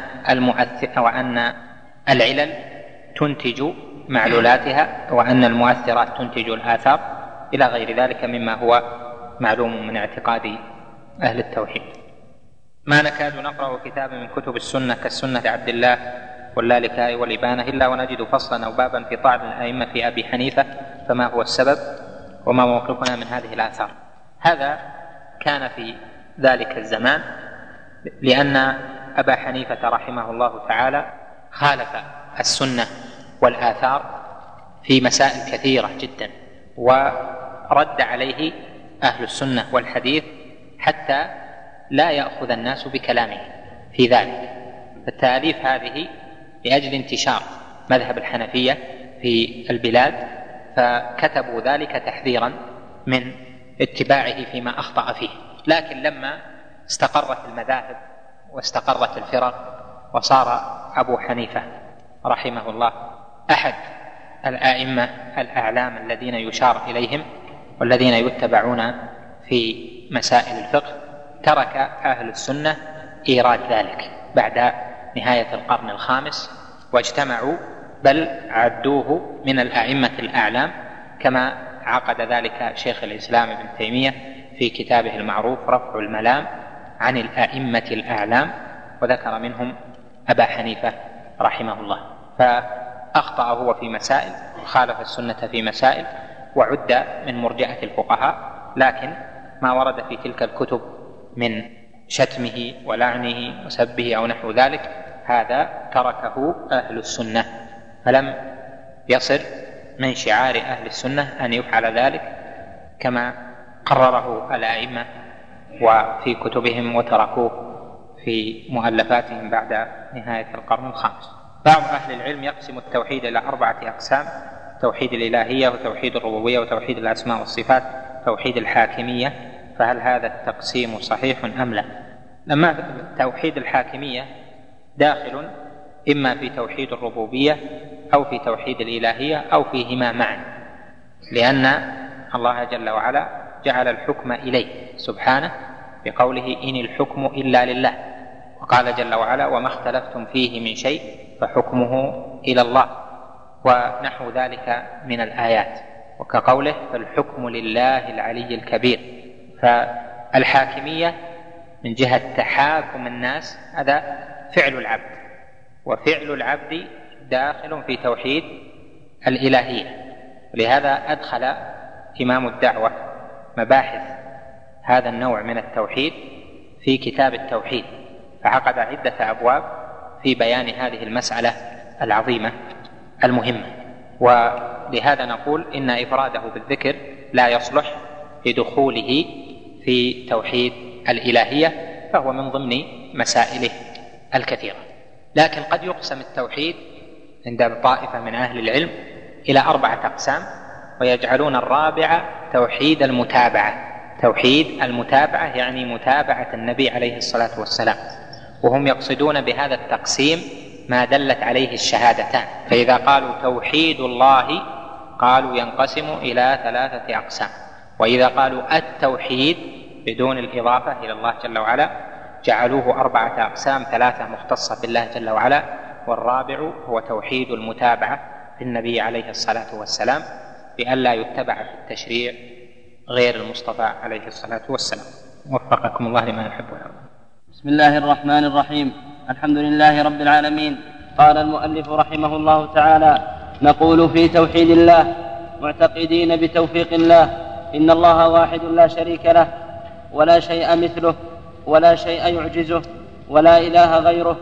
العلل تنتج معلولاتها، وأن المؤثرات تنتج الآثار، إلى غير ذلك مما هو معلوم من اعتقاد أهل التوحيد. ما نكاد نقرأ كتابا من كتب السنة كالسنة عبد الله واللالكائي والإبانة إلا ونجد فصلا أو بابا في طعن الأئمة في أبي حنيفة، فما هو السبب وما موقفنا من هذه الآثار؟ هذا كان في ذلك الزمان لأن أبا حنيفة رحمه الله تعالى خالف السنة والآثار في مسائل كثيرة جدا، ورد عليه أهل السنة والحديث حتى لا يأخذ الناس بكلامه في ذلك. فالتأليف هذه لأجل انتشار مذهب الحنفية في البلاد، فكتبوا ذلك تحذيرا من اتباعه فيما أخطأ فيه. لكن لما استقرت المذاهب واستقرت الفرق وصار أبو حنيفة رحمه الله أحد الآئمة الأعلام الذين يشار إليهم والذين يتبعون في مسائل الفقه، ترك أهل السنة إيراد ذلك بعد نهاية القرن الخامس، واجتمعوا بل عدوه من الأئمة الأعلام، كما عقد ذلك شيخ الإسلام ابن تيمية في كتابه المعروف رفع الملام عن الأئمة الأعلام، وذكر منهم أبا حنيفة رحمه الله. فأخطأ هو في مسائل وخالف السنة في مسائل، وعد من مرجئة الفقهاء، لكن ما ورد في تلك الكتب من شتمه ولعنه وسبه أو نحو ذلك هذا تركه أهل السنة، فلم يصر من شعار أهل السنة أن يفعل ذلك كما قرره الأئمة وفي كتبهم وتركوه في مؤلفاتهم بعد نهاية القرن الخامس. بعض أهل العلم يقسم التوحيد إلى 4 أقسام: توحيد الإلهية، وتوحيد الربوبية، وتوحيد الأسماء والصفات، توحيد الحاكمية. فهل هذا التقسيم صحيح أم لا؟ لما توحيد الحاكمية داخل إما في توحيد الربوبية أو في توحيد الإلهية أو فيهما معا، لأن الله جل وعلا جعل الحكم إليه سبحانه بقوله: إن الحكم إلا لله، وقال جل وعلا: وما اختلفتم فيه من شيء فحكمه إلى الله، ونحو ذلك من الآيات، وكقوله: فالحكم لله العلي الكبير. فالحاكمية من جهة تحاكم الناس هذا فعل العبد، وفعل العبد داخل في توحيد الإلهية، ولهذا أدخل إمام الدعوة مباحث هذا النوع من التوحيد في كتاب التوحيد، فعقد عدة أبواب في بيان هذه المسألة العظيمة المهمة. ولهذا نقول إن إفراده بالذكر لا يصلح لدخوله في توحيد الإلهية، فهو من ضمن مسائله الكثيرة. لكن قد يقسم التوحيد عند طائفة من أهل العلم إلى 4 أقسام، ويجعلون الرابع توحيد المتابعة. توحيد المتابعة يعني متابعة النبي عليه الصلاة والسلام، وهم يقصدون بهذا التقسيم ما دلت عليه الشهادتان. فإذا قالوا توحيد الله قالوا ينقسم إلى 3 أقسام، وإذا قالوا التوحيد بدون الإضافة إلى الله جل وعلا جعلوه 4 أقسام: 3 مختصة بالله جل وعلا، والرابع هو توحيد المتابعة للنبي عليه الصلاة والسلام بألا يتبع في التشريع غير المصطفى عليه الصلاة والسلام. وفقكم الله لما يحب ويرضى. بسم الله الرحمن الرحيم. الحمد لله رب العالمين. قال المؤلف رحمه الله تعالى: نقول في توحيد الله معتقدين بتوفيق الله إن الله واحد لا شريك له، ولا شيء مثله، ولا شيء يعجزه، ولا إله غيره،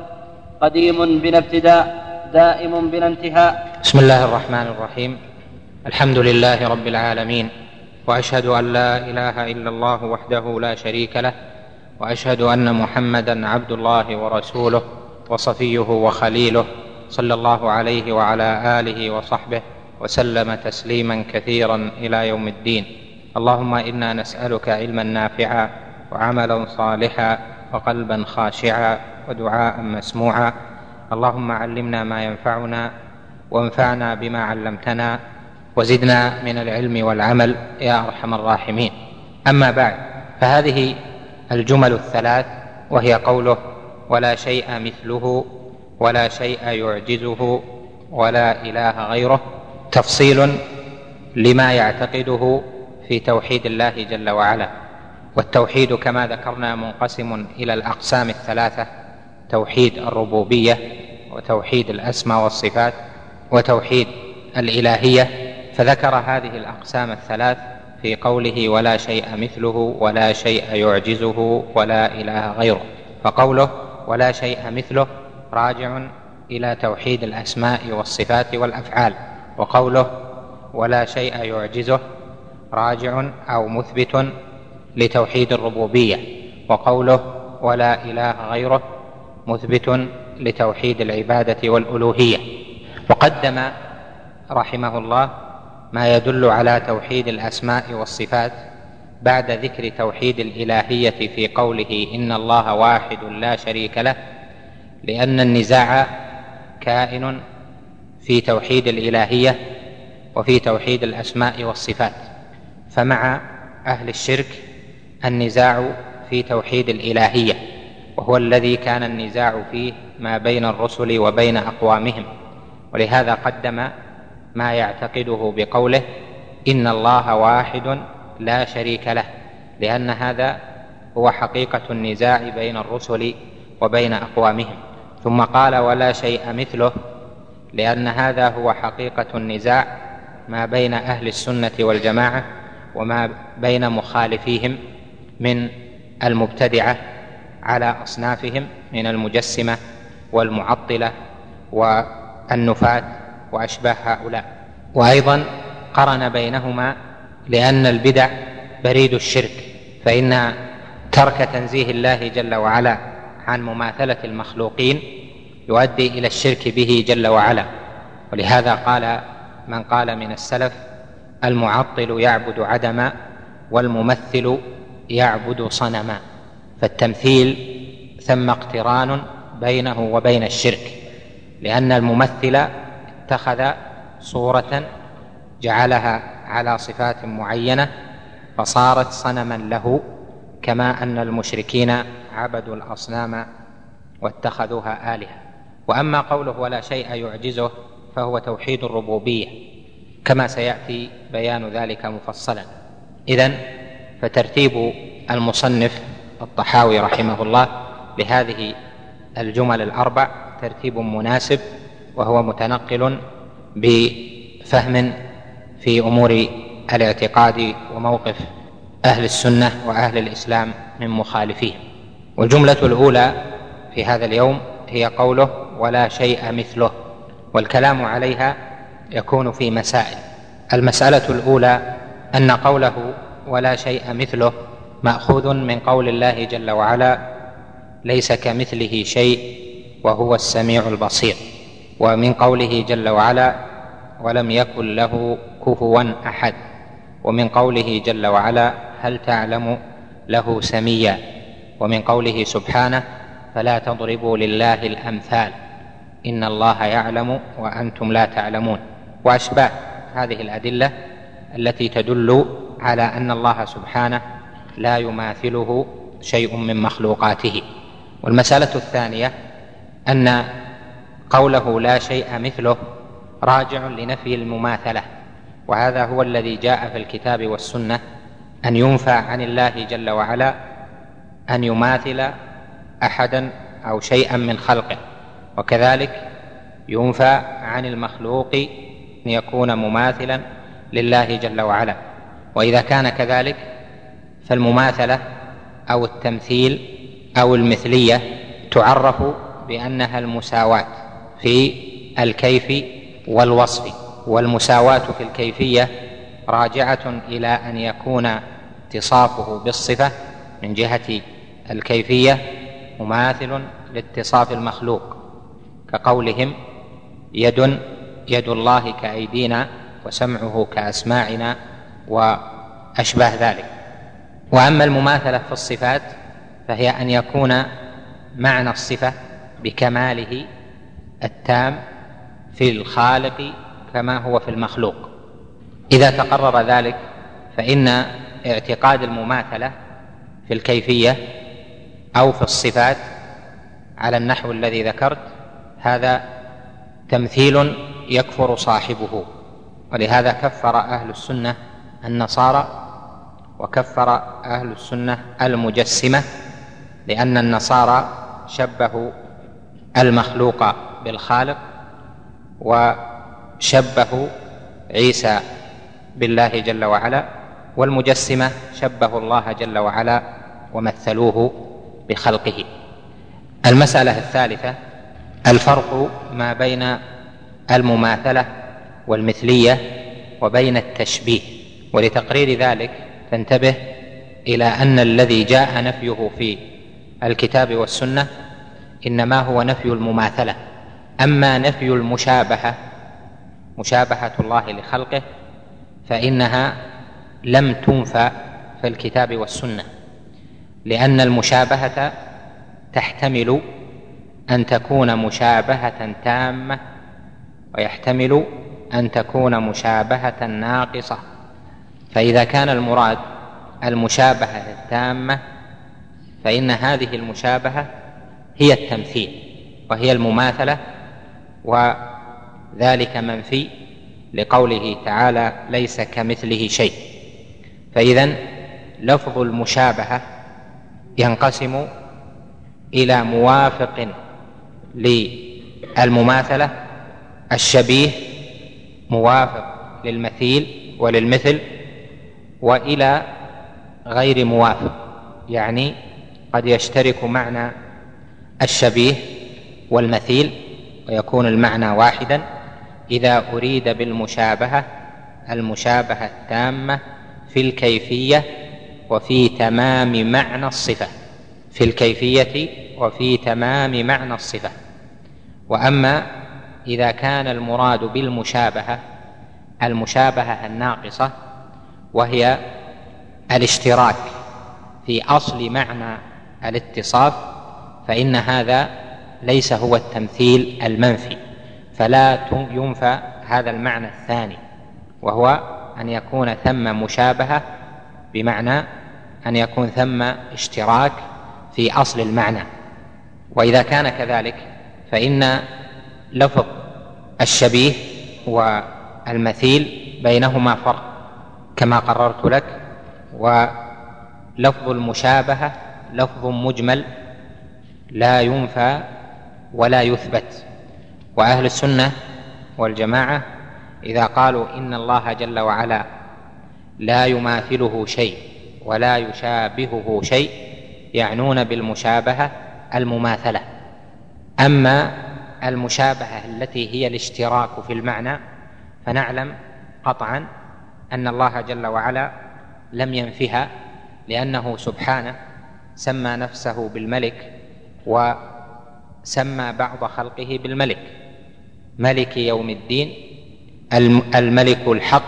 قديم بلا ابتداء، دائم بلا انتهاء. بسم الله الرحمن الرحيم. الحمد لله رب العالمين، وأشهد أن لا إله إلا الله وحده لا شريك له، وأشهد أن محمدا عبد الله ورسوله وصفيه وخليله، صلى الله عليه وعلى آله وصحبه وسلم تسليما كثيرا إلى يوم الدين. اللهم إنا نسألك علما نافعا وعملا صالحا وقلبا خاشعا ودعاء مسموعا. اللهم علمنا ما ينفعنا وانفعنا بما علمتنا وزدنا من العلم والعمل يا أرحم الراحمين. أما بعد، فهذه الجمل 3 وهي قوله: ولا شيء مثله، ولا شيء يعجزه، ولا إله غيره، تفصيل لما يعتقده في توحيد الله جل وعلا. والتوحيد كما ذكرنا منقسم إلى الأقسام 3: توحيد الربوبية، وتوحيد الأسماء والصفات، وتوحيد الإلهية. فذكر هذه الأقسام 3 في قوله: ولا شيء مثله، ولا شيء يعجزه، ولا إله غيره. فقوله ولا شيء مثله راجع إلى توحيد الأسماء والصفات والأفعال، وقوله ولا شيء يعجزه راجع أو مثبت لتوحيد الربوبية، وقوله ولا إله غيره مثبت لتوحيد العبادة والألوهية. وقدم رحمه الله ما يدل على توحيد الأسماء والصفات بعد ذكر توحيد الإلهية في قوله إن الله واحد لا شريك له، لأن النزاع كائن في توحيد الإلهية وفي توحيد الأسماء والصفات. فمع أهل الشرك النزاع في توحيد الإلهية، وهو الذي كان النزاع فيه ما بين الرسل وبين أقوامهم، ولهذا قدم ما يعتقده بقوله إن الله واحد لا شريك له، لأن هذا هو حقيقة النزاع بين الرسل وبين أقوامهم. ثم قال ولا شيء مثله، لأن هذا هو حقيقة النزاع ما بين أهل السنة والجماعة وما بين مخالفيهم من المبتدعة على أصنافهم من المجسمة والمعطلة والنفاة وأشباه هؤلاء. وأيضا قرن بينهما لأن البدع بريد الشرك، فإن ترك تنزيه الله جل وعلا عن مماثلة المخلوقين يؤدي إلى الشرك به جل وعلا. ولهذا قال من قال من السلف: المعطل يعبد عدما والممثل يعبد صنما. فالتمثيل ثم اقتران بينه وبين الشرك، لأن الممثل اتخذ صورة جعلها على صفات معينة فصارت صنما له، كما أن المشركين عبدوا الأصنام واتخذوها آلهة. وأما قوله ولا شيء يعجزه فهو توحيد الربوبية، كما سيأتي بيان ذلك مفصلا. إذن فترتيب المصنف الطحاوي رحمه الله لهذه الجمل الأربع ترتيب مناسب، وهو متنقل بفهم في أمور الاعتقاد وموقف أهل السنة وأهل الإسلام من مخالفيه. والجملة الأولى في هذا اليوم هي قوله ولا شيء مثله، والكلام عليها يكون في مسائل. المسألة الأولى أن قوله ولا شيء مثله مأخوذ من قول الله جل وعلا: ليس كمثله شيء وهو السميع البصير، ومن قوله جل وعلا: ولم يكن له كفوا أحد، ومن قوله جل وعلا: هل تعلم له سميا، ومن قوله سبحانه: فلا تضربوا لله الأمثال إن الله يعلم وأنتم لا تعلمون، وأشباه هذه الأدلة التي تدل على أن الله سبحانه لا يماثله شيء من مخلوقاته. والمسألة الثانية أن قوله لا شيء مثله راجع لنفي المماثلة، وهذا هو الذي جاء في الكتاب والسنة، أن ينفى عن الله جل وعلا أن يماثل أحدا أو شيئا من خلقه، وكذلك ينفى عن المخلوق أن يكون مماثلا لله جل وعلا. وإذا كان كذلك فالمماثلة أو التمثيل أو المثلية تعرف بأنها المساواة في الكيف والوصف، والمساواة في الكيفية راجعة إلى أن يكون اتصافه بالصفة من جهة الكيفية مماثل لاتصاف المخلوق، كقولهم يد الله كأيدينا وسمعه كأسماعنا وأشباه ذلك. وأما المماثلة في الصفات فهي أن يكون معنى الصفة بكماله التام في الخالق كما هو في المخلوق. إذا تقرر ذلك فإن اعتقاد المماثلة في الكيفية أو في الصفات على النحو الذي ذكرت هذا تمثيل يكفر صاحبه. ولهذا كفر أهل السنة النصارى وكفر أهل السنة المجسمة، لأن النصارى شبهوا المخلوق بالخالق وشبهوا عيسى بالله جل وعلا، والمجسمة شبهوا الله جل وعلا ومثلوه بخلقه. المسألة الثالثة الفرق ما بين المماثلة والمثلية وبين التشبيه. ولتقرير ذلك تنتبه إلى أن الذي جاء نفيه في الكتاب والسنة إنما هو نفي المماثلة. أما نفي المشابهة، مشابهة الله لخلقه، فإنها لم تنفى في الكتاب والسنة، لأن المشابهة تحتمل أن تكون مشابهة تامة ويحتمل أن تكون مشابهة ناقصة. فإذا كان المراد المشابهة التامة فإن هذه المشابهة هي التمثيل وهي المماثلة، وذلك منفي لقوله تعالى ليس كمثله شيء. فإذن لفظ المشابهة ينقسم إلى موافق للمماثلة، الشبيه موافق للمثيل وللمثل، وإلى غير موافق، يعني قد يشترك معنى الشبيه والمثيل، ويكون المعنى واحدا إذا أريد بالمشابهة المشابهة التامة في الكيفية وفي تمام معنى الصفة، في الكيفية وفي تمام معنى الصفة. وأما إذا كان المراد بالمشابهة المشابهة الناقصة، وهي الاشتراك في أصل معنى الاتصاف، فإن هذا ليس هو التمثيل المنفي، فلا ينفى هذا المعنى الثاني، وهو أن يكون ثم مشابهة، بمعنى أن يكون ثم اشتراك في أصل المعنى. وإذا كان كذلك فإن لفظ الشبيه والمثيل بينهما فرق كما قررت لك، ولفظ المشابهة لفظ مجمل لا ينفى ولا يثبت. وأهل السنة والجماعة إذا قالوا إن الله جل وعلا لا يماثله شيء ولا يشابهه شيء يعنون بالمشابهة المماثلة. أما المشابهة التي هي الاشتراك في المعنى فنعلم قطعا أن الله جل وعلا لم ينفها، لأنه سبحانه سمى نفسه بالملك وسمى بعض خلقه بالملك، ملك يوم الدين، الملك الحق،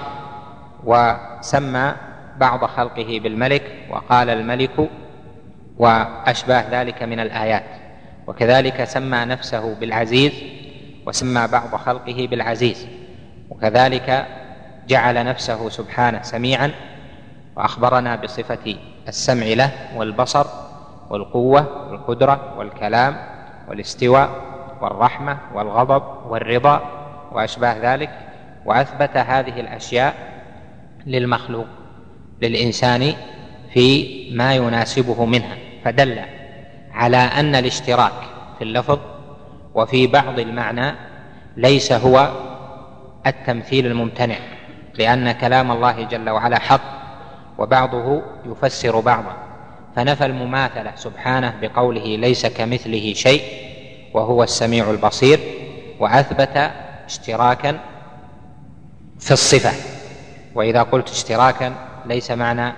وسمى بعض خلقه بالملك وقال الملك وأشباه ذلك من الآيات. وكذلك سمى نفسه بالعزيز وسمى بعض خلقه بالعزيز، وكذلك جعل نفسه سبحانه سميعا وأخبرنا بصفة السمع له والبصر والقوة والقدرة والكلام والاستواء والرحمة والغضب والرضا وأشباه ذلك، وأثبت هذه الأشياء للمخلوق للإنسان في ما يناسبه منها، فدل على أن الاشتراك في اللفظ وفي بعض المعنى ليس هو التمثيل الممتنع، لأن كلام الله جل وعلا حق وبعضه يفسر بعضا، فنفى المماثلة سبحانه بقوله ليس كمثله شيء وهو السميع البصير، وأثبت اشتراكا في الصفة. وإذا قلت اشتراكا ليس معنى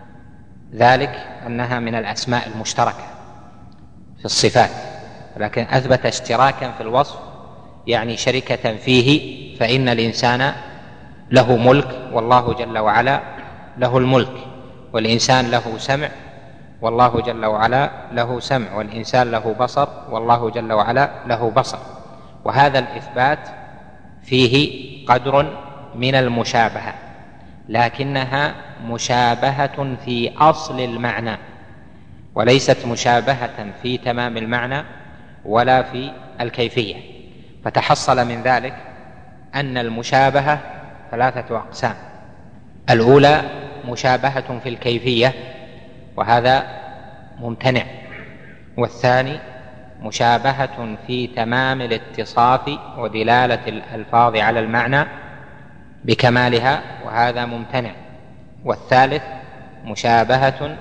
ذلك أنها من الأسماء المشتركة في الصفات، لكن أثبت اشتراكا في الوصف، يعني شركة فيه، فإن الإنسان له ملك والله جل وعلا له الملك، والإنسان له سمع والله جل وعلا له سمع، والإنسان له بصر والله جل وعلا له بصر. وهذا الإثبات فيه قدر من المشابهة، لكنها مشابهة في أصل المعنى وليست مشابهة في تمام المعنى ولا في الكيفية. فتحصل من ذلك أن المشابهة ثلاثة أقسام: الأولى مشابهة في الكيفية وهذا ممتنع، والثاني مشابهة في تمام الاتصاف ودلالة الألفاظ على المعنى بكمالها وهذا ممتنع، والثالث مشابهة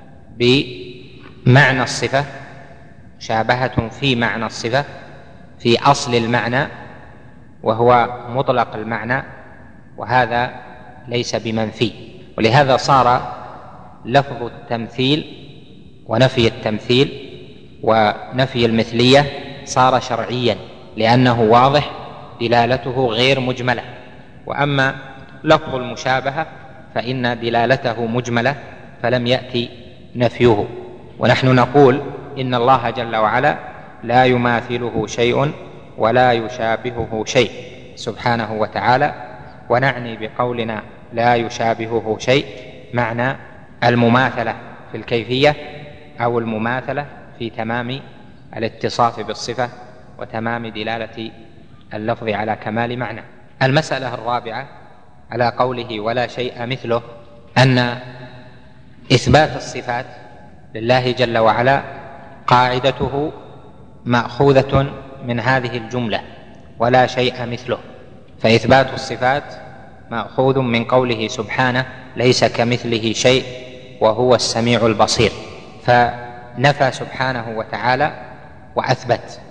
بمعنى الصفة، مشابهة في معنى الصفة في أصل المعنى وهو مطلق المعنى، وهذا ليس بمنفي. ولهذا صار لفظ التمثيل ونفي التمثيل ونفي المثلية صار شرعيا، لأنه واضح دلالته غير مجملة. وأما لفظ المشابهة فإن دلالته مجملة فلم يأتي نفيه. ونحن نقول إن الله جل وعلا لا يماثله شيء ولا يشابهه شيء سبحانه وتعالى، ونعني بقولنا لا يشابهه شيء معنى المماثلة في الكيفية أو المماثلة في تمام الاتصاف بالصفة وتمام دلالة اللفظ على كمال معنى. المسألة الرابعة على قوله ولا شيء مثله، أن إثبات الصفات لله جل وعلا قاعدته مأخوذة من هذه الجملة ولا شيء مثله، فإثبات الصفات مأخوذ من قوله سبحانه ليس كمثله شيء وهو السميع البصير، فنفى سبحانه وتعالى وأثبت.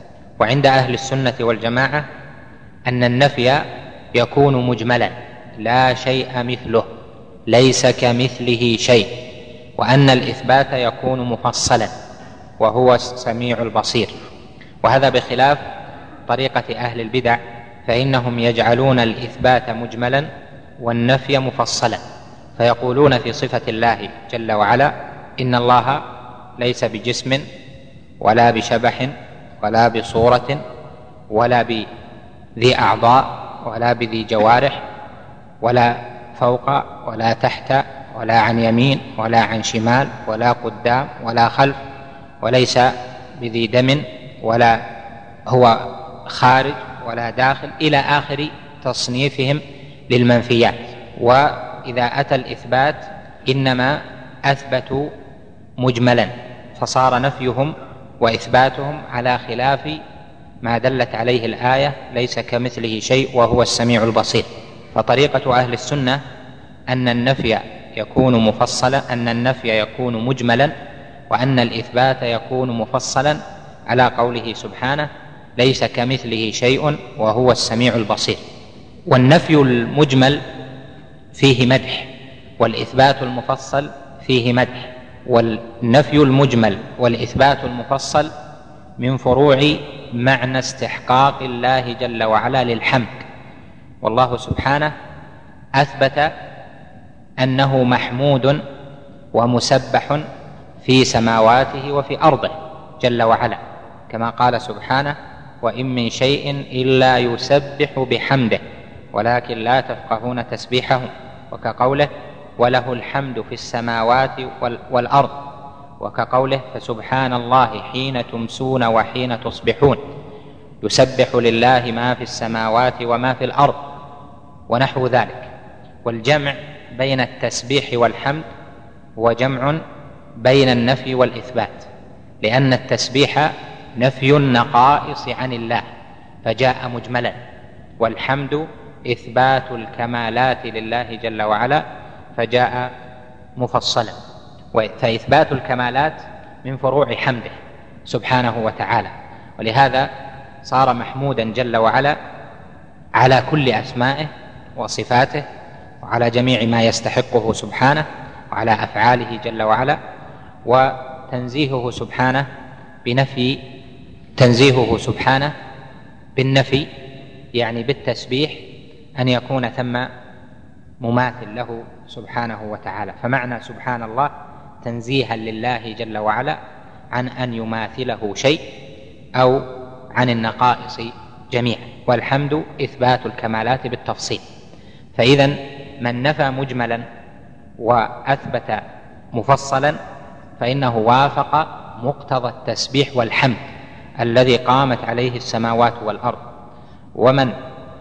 وعند أهل السنة والجماعة أن النفي يكون مجملا لا شيء مثله، ليس كمثله شيء، وأن الإثبات يكون مفصلا وهو السميع البصير. وهذا بخلاف طريقة أهل البدع، فإنهم يجعلون الإثبات مجملا والنفي مفصلا، فيقولون في صفة الله جل وعلا إن الله ليس بجسم ولا بشبح ولا بصورة ولا بذي أعضاء ولا بذي جوارح ولا فوق ولا تحت ولا عن يمين ولا عن شمال ولا قدام ولا خلف، وليس بذي دم ولا هو خارج ولا داخل، إلى آخر تصنيفهم للمنفيات. وإذا أتى الإثبات إنما أثبتوا مجملا، فصار نفيهم وإثباتهم على خلاف ما دلت عليه الآية ليس كمثله شيء وهو السميع البصير. فطريقة أهل السنة أن النفي يكون مفصلا، أن النفي يكون مجملا، وأن الإثبات يكون مفصلا على قوله سبحانه ليس كمثله شيء وهو السميع البصير. والنفي المجمل فيه مدح، والإثبات المفصل فيه مدح. والنفي المجمل والإثبات المفصل من فروع معنى استحقاق الله جل وعلا للحمد، والله سبحانه أثبت أنه محمود ومسبح في سماواته وفي أرضه جل وعلا، كما قال سبحانه وإن من شيء إلا يسبح بحمده ولكن لا تفقهون تسبيحهم، وكقوله وله الحمد في السماوات والأرض، وكقوله فسبحان الله حين تمسون وحين تصبحون، يسبح لله ما في السماوات وما في الأرض، ونحو ذلك. والجمع بين التسبيح والحمد هو جمع بين النفي والإثبات، لأن التسبيح نفي النقائص عن الله فجاء مجملا، والحمد إثبات الكمالات لله جل وعلا فجاء مفصلا. فإثبات الكمالات من فروع حمده سبحانه وتعالى، ولهذا صار محمودا جل وعلا على كل أسمائه وصفاته وعلى جميع ما يستحقه سبحانه وعلى أفعاله جل وعلا. وتنزيهه سبحانه بالنفي يعني بالتسبيح أن يكون ثم مماثل له سبحانه وتعالى. فمعنى سبحان الله تنزيها لله جل وعلا عن أن يماثله شيء أو عن النقائص جميعا، والحمد إثبات الكمالات بالتفصيل. فإذن من نفى مجملا وأثبت مفصلا فإنه وافق مقتضى التسبيح والحمد الذي قامت عليه السماوات والأرض، ومن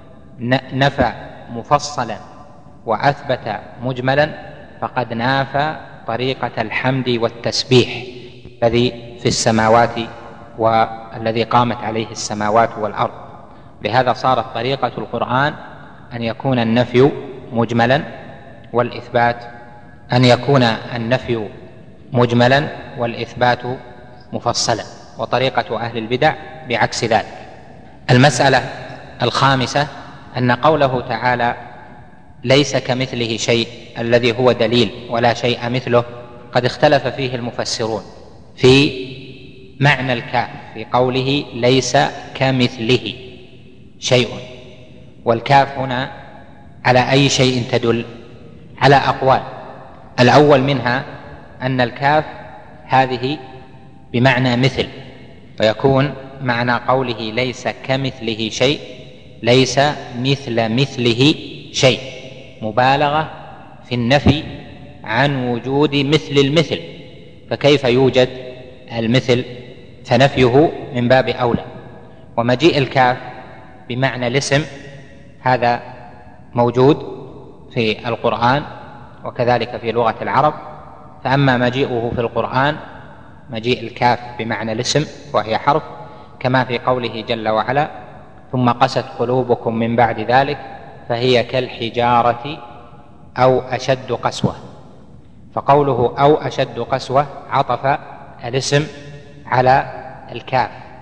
نفى مفصلا وأثبت مجملا فقد نافى طريقة الحمد والتسبيح الذي في السماوات والذي قامت عليه السماوات والأرض. لهذا صارت طريقة القرآن أن يكون النفي مجملا والإثبات أن يكون النفي مجملا والإثبات مفصلا، وطريقة أهل البدع بعكس ذلك. المسألة الخامسة أن قوله تعالى ليس كمثله شيء الذي هو دليل ولا شيء مثله قد اختلف فيه المفسرون في معنى الكاف في قوله ليس كمثله شيء. والكاف هنا على أي شيء تدل؟ على أقوال. الأول منها أن الكاف هذه بمعنى مثل، ويكون معنى قوله ليس كمثله شيء ليس مثله شيء، مبالغة في النفي عن وجود مثل المثل، فكيف يوجد المثل؟ فنفيه من باب أولى. ومجيء الكاف بمعنى الاسم هذا موجود في القرآن وكذلك في لغة العرب، فأما مجيئه في القرآن مجيء الكاف بمعنى الاسم وهي حرف، كما في قوله جل وعلا ثم قست قلوبكم من بعد ذلك فهي كالحجارة أو أشد قسوة. فقوله أو أشد قسوة عطف الاسم على الكاف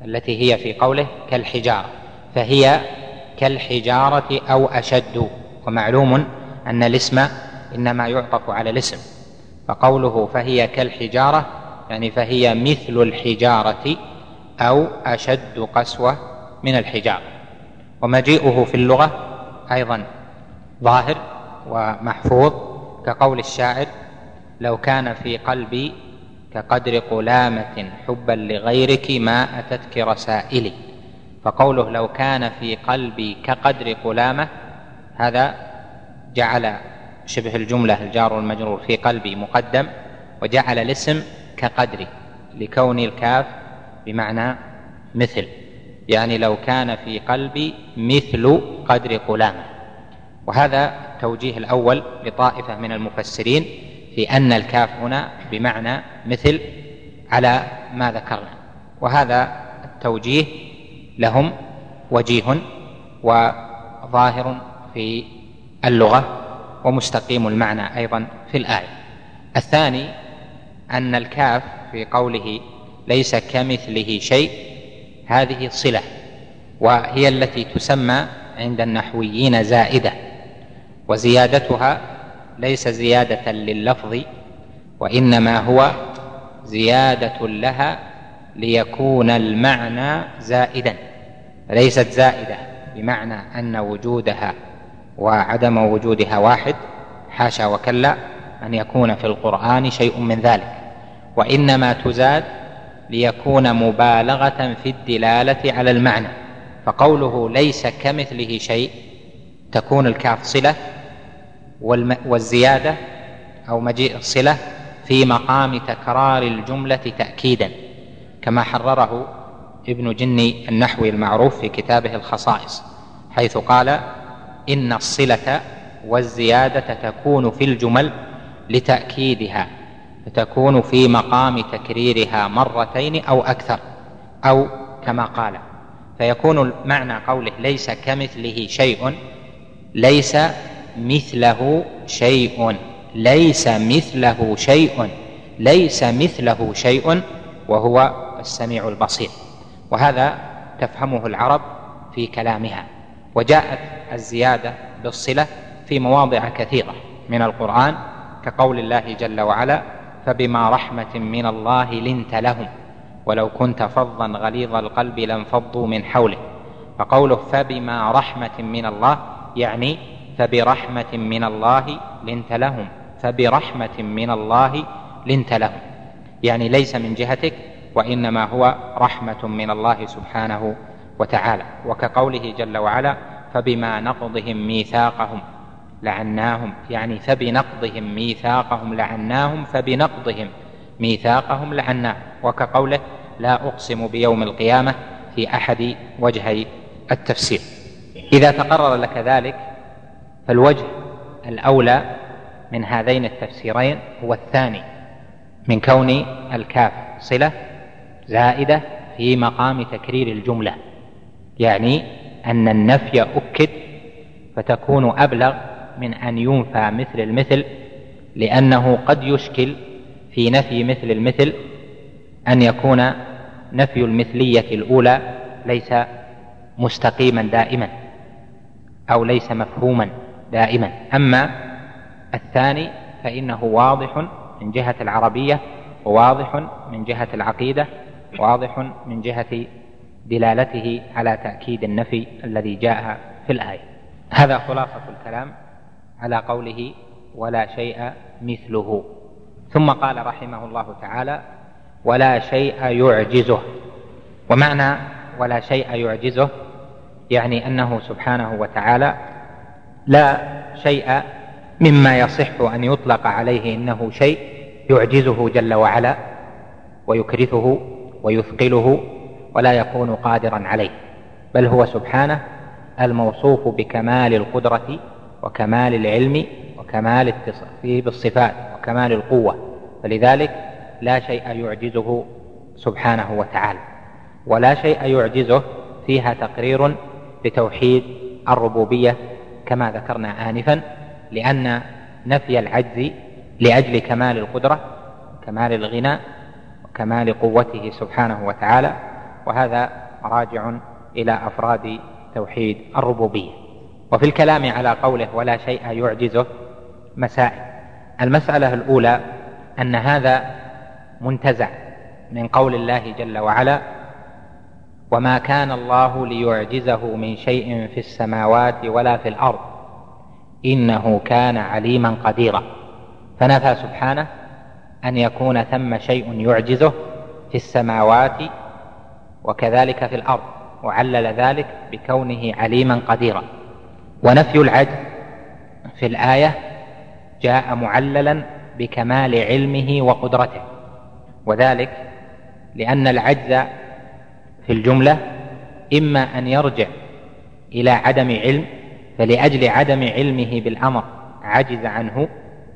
التي هي في قوله كالحجارة، فهي كالحجارة أو أشد. ومعلوم أن الاسم إنما يعطف على الاسم، فقوله فهي كالحجارة يعني فهي مثل الحجارة أو أشد قسوة من الحجارة. ومجيئه في اللغة أيضا ظاهر ومحفوظ، كقول الشاعر لو كان في قلبي كقدر قلامة حبا لغيرك ما أتتك رسائلي. فقوله لو كان في قلبي كقدر قلامة، هذا جعل شبه الجملة الجار والمجرور في قلبي مقدم، وجعل الاسم كقدر لكون الكاف بمعنى مثل، يعني لو كان في قلبي مثل قدر قلامة. وهذا التوجيه الأول لطائفة من المفسرين في أن الكاف هنا بمعنى مثل على ما ذكرنا، وهذا التوجيه لهم وجيه وظاهر في اللغة ومستقيم المعنى أيضا في الآية. الثاني أن الكاف في قوله ليس كمثله شيء هذه صلة، وهي التي تسمى عند النحويين زائدة، وزيادتها ليس زيادة لللفظ وإنما هو زيادة لها ليكون المعنى زائدا، ليست زائدة بمعنى أن وجودها وعدم وجودها واحد، حاشا وكلا أن يكون في القرآن شيء من ذلك، وإنما تزاد ليكون مبالغة في الدلالة على المعنى. فقوله ليس كمثله شيء تكون الكاف صلة، والزيادة أو مجيء الصلة في مقام تكرار الجملة تأكيدا، كما حرره ابن جني النحوي المعروف في كتابه الخصائص، حيث قال إن الصلة والزيادة تكون في الجمل لتأكيدها، فتكون في مقام تكريرها مرتين أو أكثر، أو كما قال، فيكون معنى قوله ليس كمثله شيء ليس مثله شيء، ليس مثله شيء، ليس مثله شيء، وهو السميع البصير. وهذا تفهمه العرب في كلامها. وجاءت الزيادة بالصلة في مواضع كثيرة من القرآن، كقول الله جل وعلا فبما رحمة من الله لنت لهم ولو كنت فظا غليظ القلب لانفضوا من حولك. فقوله فبما رحمة من الله يعني فبرحمة من الله لنت لهم، فبرحمة من الله لنت لهم، يعني ليس من جهتك وإنما هو رحمة من الله سبحانه وتعالى. وكقوله جل وعلا فبما نقضهم ميثاقهم لعناهم، يعني فبنقضهم ميثاقهم لعناهم، فبنقضهم ميثاقهم لعناهم. وكقوله لا أقسم بيوم القيامة في أحد وجهي التفسير. إذا تقرر لك ذلك فالوجه الأولى من هذين التفسيرين هو الثاني، من كون الكاف صلة زائدة في مقام تكرير الجملة، يعني أن النفي أكد فتكون أبلغ من أن ينفى مثل المثل، لأنه قد يشكل في نفي مثل المثل أن يكون نفي المثلية الأولى ليس مستقيما دائما أو ليس مفهوما دائما، أما الثاني فإنه واضح من جهة العربية، وواضح من جهة العقيدة، واضح من جهة دلالته على تأكيد النفي الذي جاء في الآية. هذا خلاصة الكلام على قوله ولا شيء مثله. ثم قال رحمه الله تعالى ولا شيء يعجزه. ومعنى ولا شيء يعجزه يعني أنه سبحانه وتعالى لا شيء مما يصح أن يطلق عليه إنه شيء يعجزه جل وعلا ويكرثه ويثقله ولا يكون قادرا عليه، بل هو سبحانه الموصوف بكمال القدرة وكمال العلم وكمال التصريف بالصفات وكمال القوة، فلذلك لا شيء يعجزه سبحانه وتعالى. ولا شيء يعجزه فيها تقرير لتوحيد الربوبية كما ذكرنا آنفا، لأن نفي العجز لأجل كمال القدرة وكمال الغنى وكمال قوته سبحانه وتعالى وهذا راجع إلى أفراد توحيد الربوبية. وفي الكلام على قوله ولا شيء يعجزه مسائل. المسألة الأولى أن هذا منتزع من قول الله جل وعلا وما كان الله ليعجزه من شيء في السماوات ولا في الأرض إنه كان عليما قديرا، فنفى سبحانه أن يكون ثم شيء يعجزه في السماوات وكذلك في الأرض، وعلل ذلك بكونه عليما قديرا. ونفي العجز في الآية جاء معللا بكمال علمه وقدرته، وذلك لأن العجز في الجملة إما أن يرجع إلى عدم علم فلأجل عدم علمه بالأمر عجز عنه،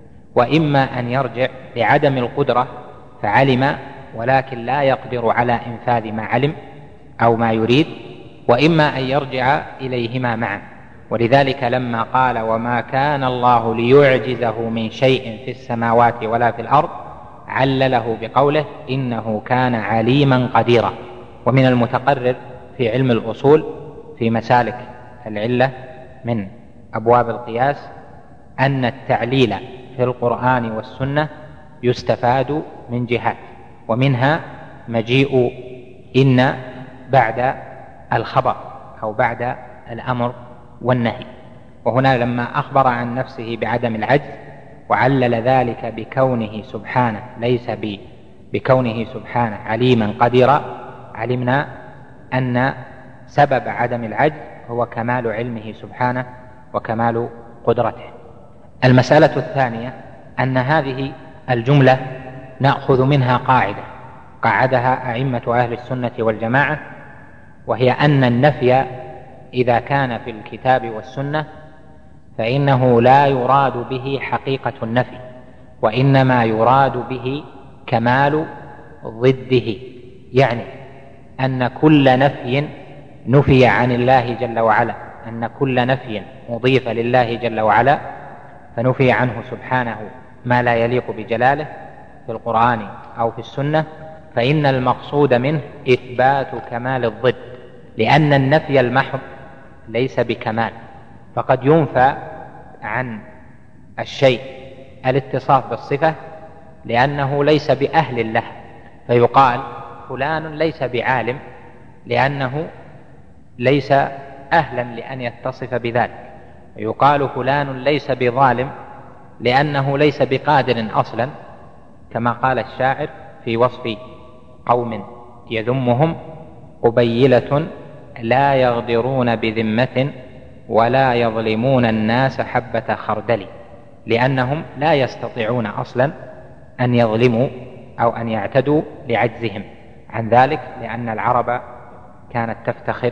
وإما أن يرجع لعدم القدرة فعلم ولكن لا يقدر على إنفاذ ما علم أو ما يريد، وإما أن يرجع إليهما معا. ولذلك لما قال وما كان الله ليعجزه من شيء في السماوات ولا في الأرض علله بقوله إنه كان عليما قديرا. ومن المتقرر في علم الأصول في مسالك العلة من أبواب القياس أن التعليل في القرآن والسنة يستفاد من جهات، ومنها مجيء إن بعد الخبر أو بعد الأمر والنهي. وهنا لما أخبر عن نفسه بعدم العجز وعلل ذلك بكونه سبحانه ليس بكونه سبحانه عليما قديرا، علمنا أن سبب عدم العجز هو كمال علمه سبحانه وكمال قدرته. المسألة الثانية أن هذه الجملة نأخذ منها قاعدة قعدها أئمة أهل السنة والجماعة، وهي أن النفي إذا كان في الكتاب والسنة فإنه لا يراد به حقيقة النفي، وإنما يراد به كمال ضده، يعني أن كل نفي نفي عن الله جل وعلا، أن كل نفي أضيف لله جل وعلا فنفي عنه سبحانه ما لا يليق بجلاله في القرآن أو في السنة، فإن المقصود منه إثبات كمال الضد، لأن النفي المحض ليس بكمال، فقد ينفى عن الشيء الاتصاف بالصفة لأنه ليس بأهل له، فيقال فلان ليس بعالم لأنه ليس أهلا لأن يتصف بذلك، ويقال فلان ليس بظالم لأنه ليس بقادر أصلا، كما قال الشاعر في وصف قوم يذمهم قبيلة لا يغدرون بذمة ولا يظلمون الناس حبة خردل، لأنهم لا يستطيعون أصلا أن يظلموا أو أن يعتدوا لعجزهم عن ذلك، لأن العرب كانت تفتخر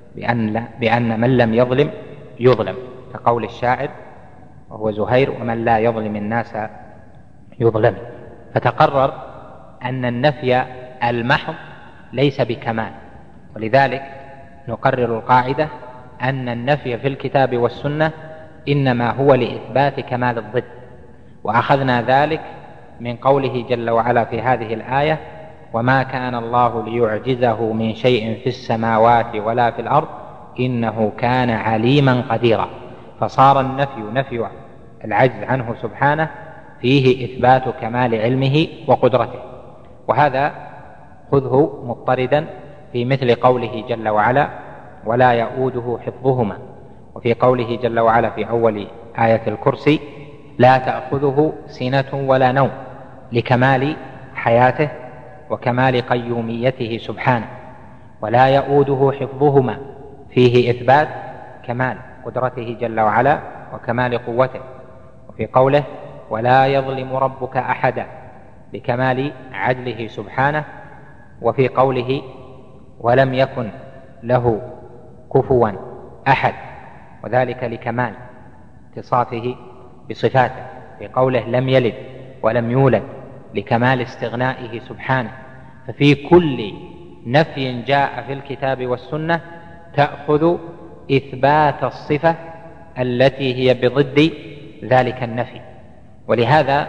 بأن من لم يظلم يظلم، كقول الشاعر وهو زهير ومن لا يظلم الناس يظلم. فتقرر أن النفي المحض ليس بكمال، ولذلك نقرر القاعدة أن النفي في الكتاب والسنة إنما هو لإثبات كمال الضد، وأخذنا ذلك من قوله جل وعلا في هذه الآية وما كان الله ليعجزه من شيء في السماوات ولا في الأرض إنه كان عليما قديرا، فصار النفي نفي العجز عنه سبحانه فيه إثبات كمال علمه وقدرته. وهذا خذه مضطردا في مثل قوله جل وعلا ولا يؤوده حفظهما، وفي قوله جل وعلا في أول آية الكرسي لا تأخذه سنة ولا نوم، لكمال حياته وكمال قيوميته سبحانه. ولا يؤوده حفظهما فيه إثبات كمال قدرته جل وعلا وكمال قوته. وفي قوله ولا يظلم ربك أحدا لكمال عدله سبحانه. وفي قوله ولم يكن له كفوا أحد، وذلك لكمال اتصافه بصفاته. في قوله لم يلد ولم يولد لكمال استغنائه سبحانه. ففي كل نفي جاء في الكتاب والسنة تأخذ إثبات الصفة التي هي بضد ذلك النفي، ولهذا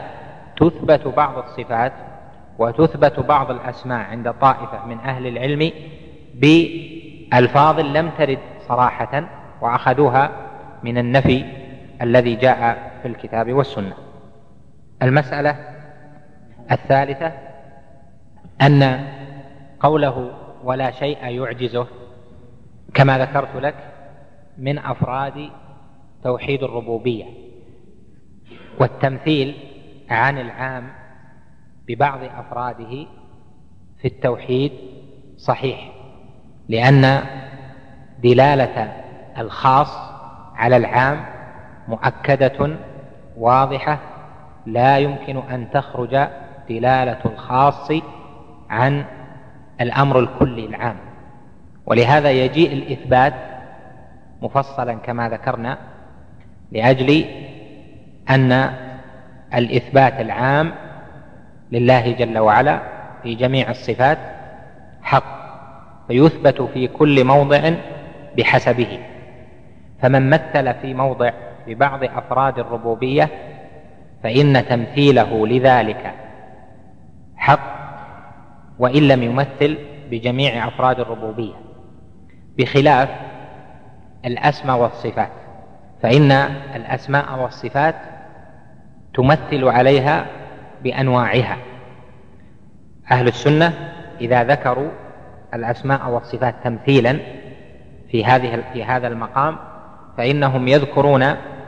تثبت بعض الصفات وتثبت بعض الأسماء عند طائفة من أهل العلم بألفاظ لم ترد صراحة وأخذوها من النفي الذي جاء في الكتاب والسنة. المسألة الثالثة أن قوله ولا شيء يعجزه كما ذكرت لك من أفراد توحيد الربوبية، والتمثيل عن العام ببعض أفراده في التوحيد صحيح، لأن دلالة الخاص على العام مؤكدة واضحة، لا يمكن أن تخرج دلالة الخاص عن الأمر الكلي العام. ولهذا يجيء الإثبات مفصلا كما ذكرنا، لأجل أن الإثبات العام لله جل وعلا في جميع الصفات حق، فيثبت في كل موضع بحسبه. فمن مثل في موضع ببعض أفراد الربوبية فإن تمثيله لذلك حق وإن لم يمثل بجميع أفراد الربوبية، بخلاف الأسماء والصفات، فإن الأسماء والصفات تمثل عليها بأنواعها. أهل السنة إذا ذكروا الأسماء والصفات تمثيلا في هذا المقام فإنهم يذكرون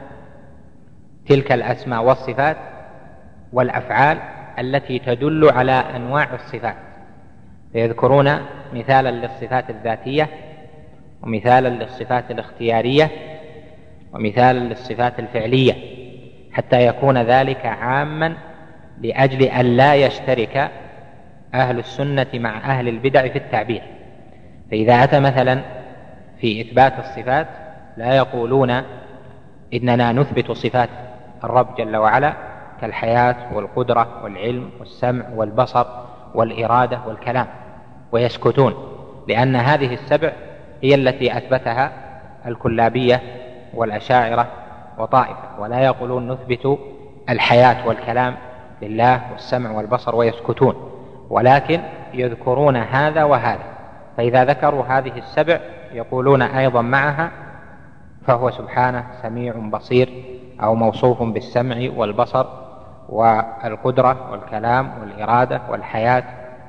تلك الأسماء والصفات والأفعال التي تدل على أنواع الصفات، فيذكرون مثالا للصفات الذاتية، ومثالا للصفات الاختيارية، ومثالا للصفات الفعلية، حتى يكون ذلك عاما لأجل أن لا يشترك أهل السنة مع أهل البدع في التعبير. فإذا أتى مثلا في إثبات الصفات لا يقولون إننا نثبت صفات الرب جل وعلا كالحياة والقدرة والعلم والسمع والبصر والإرادة والكلام ويسكتون، لأن هذه السبع هي التي أثبتها الكلابية والأشاعرة وطائفة، ولا يقولون نثبت الحياة والكلام لله والسمع والبصر ويسكتون، ولكن يذكرون هذا وهذا. فإذا ذكروا هذه السبع يقولون أيضا معها فهو سبحانه سميع بصير، أو موصوف بالسمع والبصر والقدرة والكلام والإرادة والحياة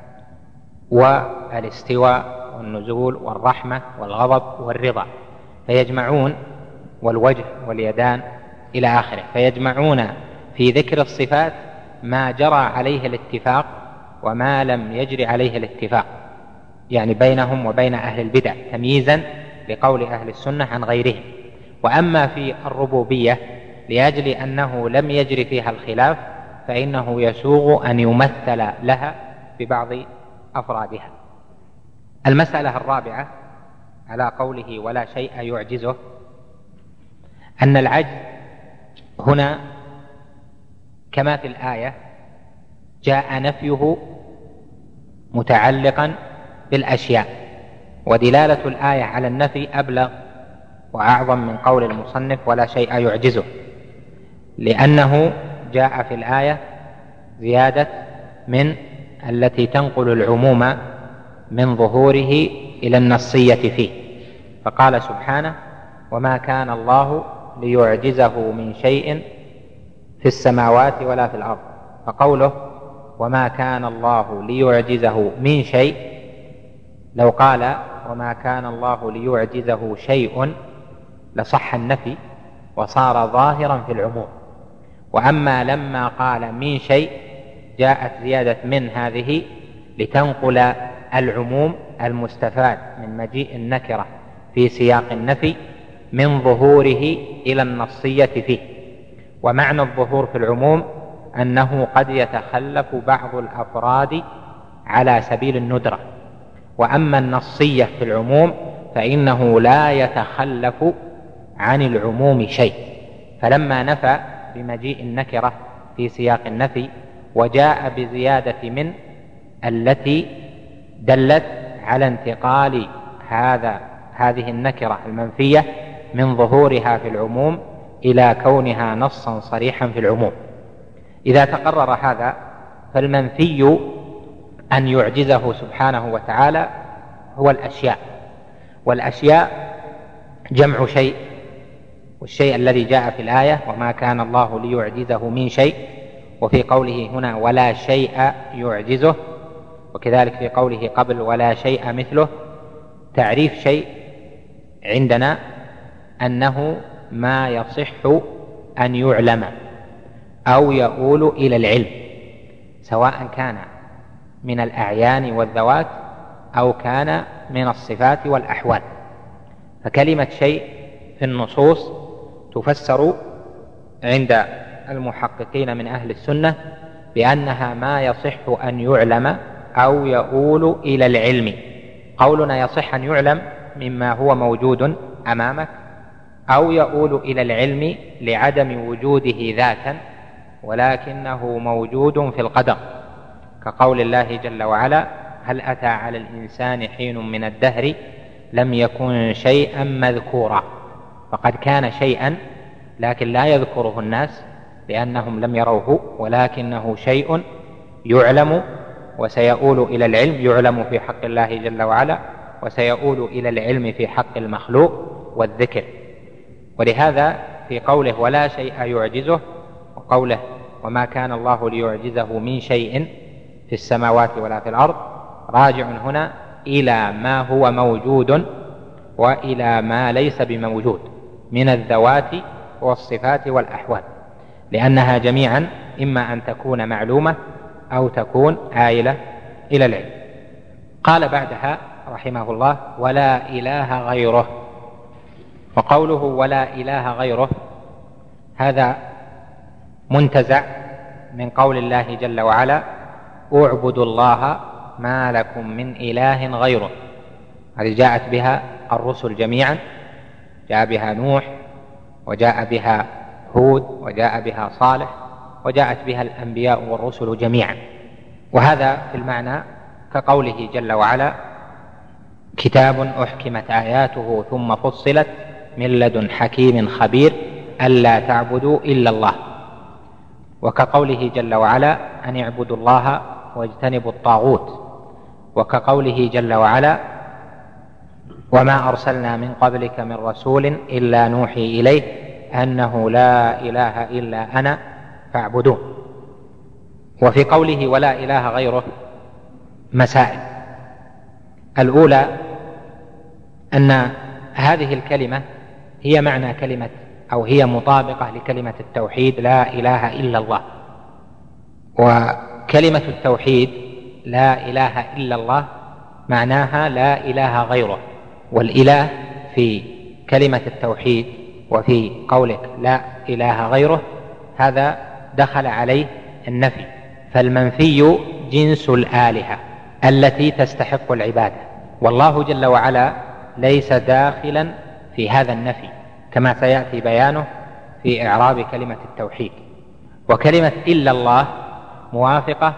والاستواء والنزول والرحمة والغضب والرضا، فيجمعون والوجه واليدان إلى آخره، فيجمعون في ذكر الصفات ما جرى عليه الاتفاق وما لم يجري عليه الاتفاق، يعني بينهم وبين أهل البدع، تمييزا لقول أهل السنة عن غيرهم. وأما في الربوبية لأجل أنه لم يجري فيها الخلاف فإنه يسوغ أن يمثل لها ببعض أفرادها. المسألة الرابعة على قوله ولا شيء يعجزه، أن العجز هنا كما في الآية جاء نفيه متعلقا بالأشياء، ودلالة الآية على النفي أبلغ وأعظم من قول المصنف ولا شيء يعجزه، لأنه جاء في الآية زيادة من التي تنقل العموم من ظهوره إلى النصية فيه، فقال سبحانه وما كان الله ليعجزه من شيء في السماوات ولا في الأرض، فقوله وما كان الله ليعجزه من شيء، لو قال وما كان الله ليعجزه شيء لصح النفي وصار ظاهرا في العموم. وأما لما قال من شيء جاءت زيادة من هذه لتنقل العموم المستفاد من مجيء النكرة في سياق النفي من ظهوره إلى النصية فيه. ومعنى الظهور في العموم أنه قد يتخلف بعض الأفراد على سبيل الندرة، وأما النصية في العموم فإنه لا يتخلف عن العموم شيء. فلما نفى بمجيء النكرة في سياق النفي وجاء بزيادة من التي دلت على انتقال هذه النكرة المنفية من ظهورها في العموم إلى كونها نصا صريحا في العموم. إذا تقرر هذا فالمنفي أن يعجزه سبحانه وتعالى هو الأشياء، والأشياء جمع شيء، والشيء الذي جاء في الآية وما كان الله ليعجزه من شيء، وفي قوله هنا ولا شيء يعجزه، وكذلك في قوله قبل ولا شيء مثله. تعريف شيء عندنا أنه ما يصح أن يعلم أو يؤول إلى العلم، سواء كان من الأعيان والذوات أو كان من الصفات والأحوال. فكلمة شيء في النصوص تفسر عند المحققين من أهل السنة بأنها ما يصح أن يعلم أو يؤول إلى العلم. قولنا يصح أن يعلم مما هو موجود أمامك، أو يؤول إلى العلم لعدم وجوده ذاتا ولكنه موجود في القدر، كقول الله جل وعلا هل أتى على الإنسان حين من الدهر لم يكن شيئا مذكورا. فقد كان شيئا لكن لا يذكره الناس لأنهم لم يروه، ولكنه شيء يعلم وسيؤول إلى العلم، يعلم في حق الله جل وعلا وسيؤول إلى العلم في حق المخلوق والذكر. ولهذا في قوله ولا شيء يعجزه وقوله وما كان الله ليعجزه من شيء في السماوات ولا في الأرض راجع هنا إلى ما هو موجود وإلى ما ليس بموجود من الذوات والصفات والأحوال، لأنها جميعا إما أن تكون معلومة أو تكون آيلة إلى العلم. قال بعدها رحمه الله ولا إله غيره. وقوله ولا إله غيره هذا منتزع من قول الله جل وعلا اعبدوا الله ما لكم من إله غيره. هذه جاءت بها الرسل جميعا، جاء بها نوح وجاء بها هود وجاء بها صالح وجاءت بها الأنبياء والرسل جميعا. وهذا في المعنى كقوله جل وعلا كتاب أحكمت آياته ثم فصلت من لدن حكيم خبير ألا تعبدوا إلا الله، وكقوله جل وعلا أن اعبدوا الله واجتنبوا الطاغوت، وكقوله جل وعلا وما أرسلنا من قبلك من رسول إلا نوحي إليه أنه لا إله إلا أنا فاعبدون. وفي قوله ولا إله غيره مسائل. الأولى أن هذه الكلمة هي معنى كلمة أو هي مطابقة لكلمة التوحيد لا إله إلا الله. وكلمة التوحيد لا إله إلا الله معناها لا إله غيره، والإله في كلمة التوحيد وفي قولك لا إله غيره هذا دخل عليه النفي، فالمنفي جنس الآلهة التي تستحق العبادة، والله جل وعلا ليس داخلا في هذا النفي كما سيأتي بيانه في إعراب كلمة التوحيد. وكلمة إلا الله موافقة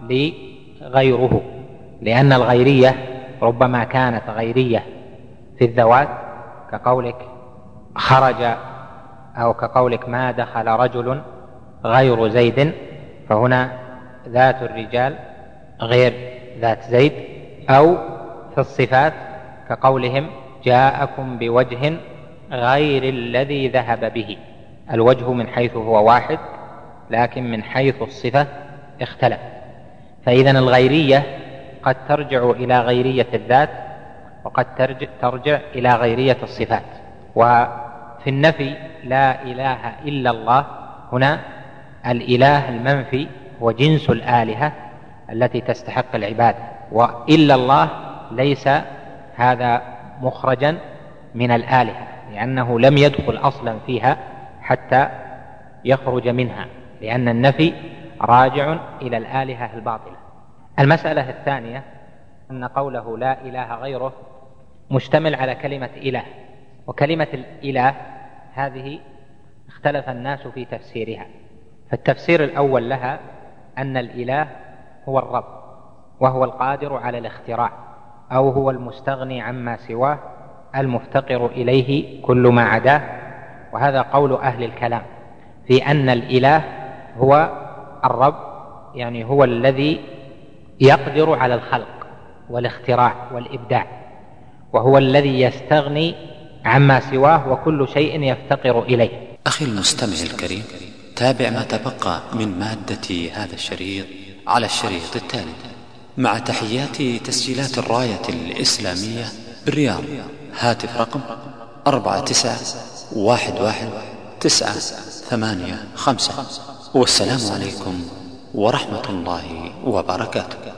لغيره، لأن الغيرية ربما كانت غيرية في الذوات كقولك خرج، أو كقولك ما دخل رجل غير زيد، فهنا ذات الرجال غير ذات زيد. أو في الصفات كقولهم جاءكم بوجه غير الذي ذهب به، الوجه من حيث هو واحد لكن من حيث الصفة اختلف. فإذا الغيرية قد ترجع إلى غيرية الذات وقد ترجع إلى غيرية الصفات. وفي النفي لا إله إلا الله هنا الإله المنفي هو جنس الآلهة التي تستحق العبادة، وإلا الله ليس هذا مخرجا من الآلهة لأنه لم يدخل أصلا فيها حتى يخرج منها، لأن النفي راجع إلى الآلهة الباطلة. المسألة الثانية أن قوله لا إله غيره مشتمل على كلمة إله، وكلمة الإله هذه اختلف الناس في تفسيرها. فالتفسير الأول لها أن الإله هو الرب، وهو القادر على الاختراع، أو هو المستغني عما سواه المفتقر إليه كل ما عداه. وهذا قول أهل الكلام في أن الإله هو الرب، يعني هو الذي يقدر على الخلق والاختراع والإبداع، وهو الذي يستغني عما سواه وكل شيء يفتقر إليه. أخي المستمع الكريم، تابع ما تبقى من مادة هذا الشريط على الشريط التالي، مع تحيات تسجيلات الراية الإسلامية بالرياض. هاتف رقم 49111985. والسلام عليكم ورحمة الله وبركاته.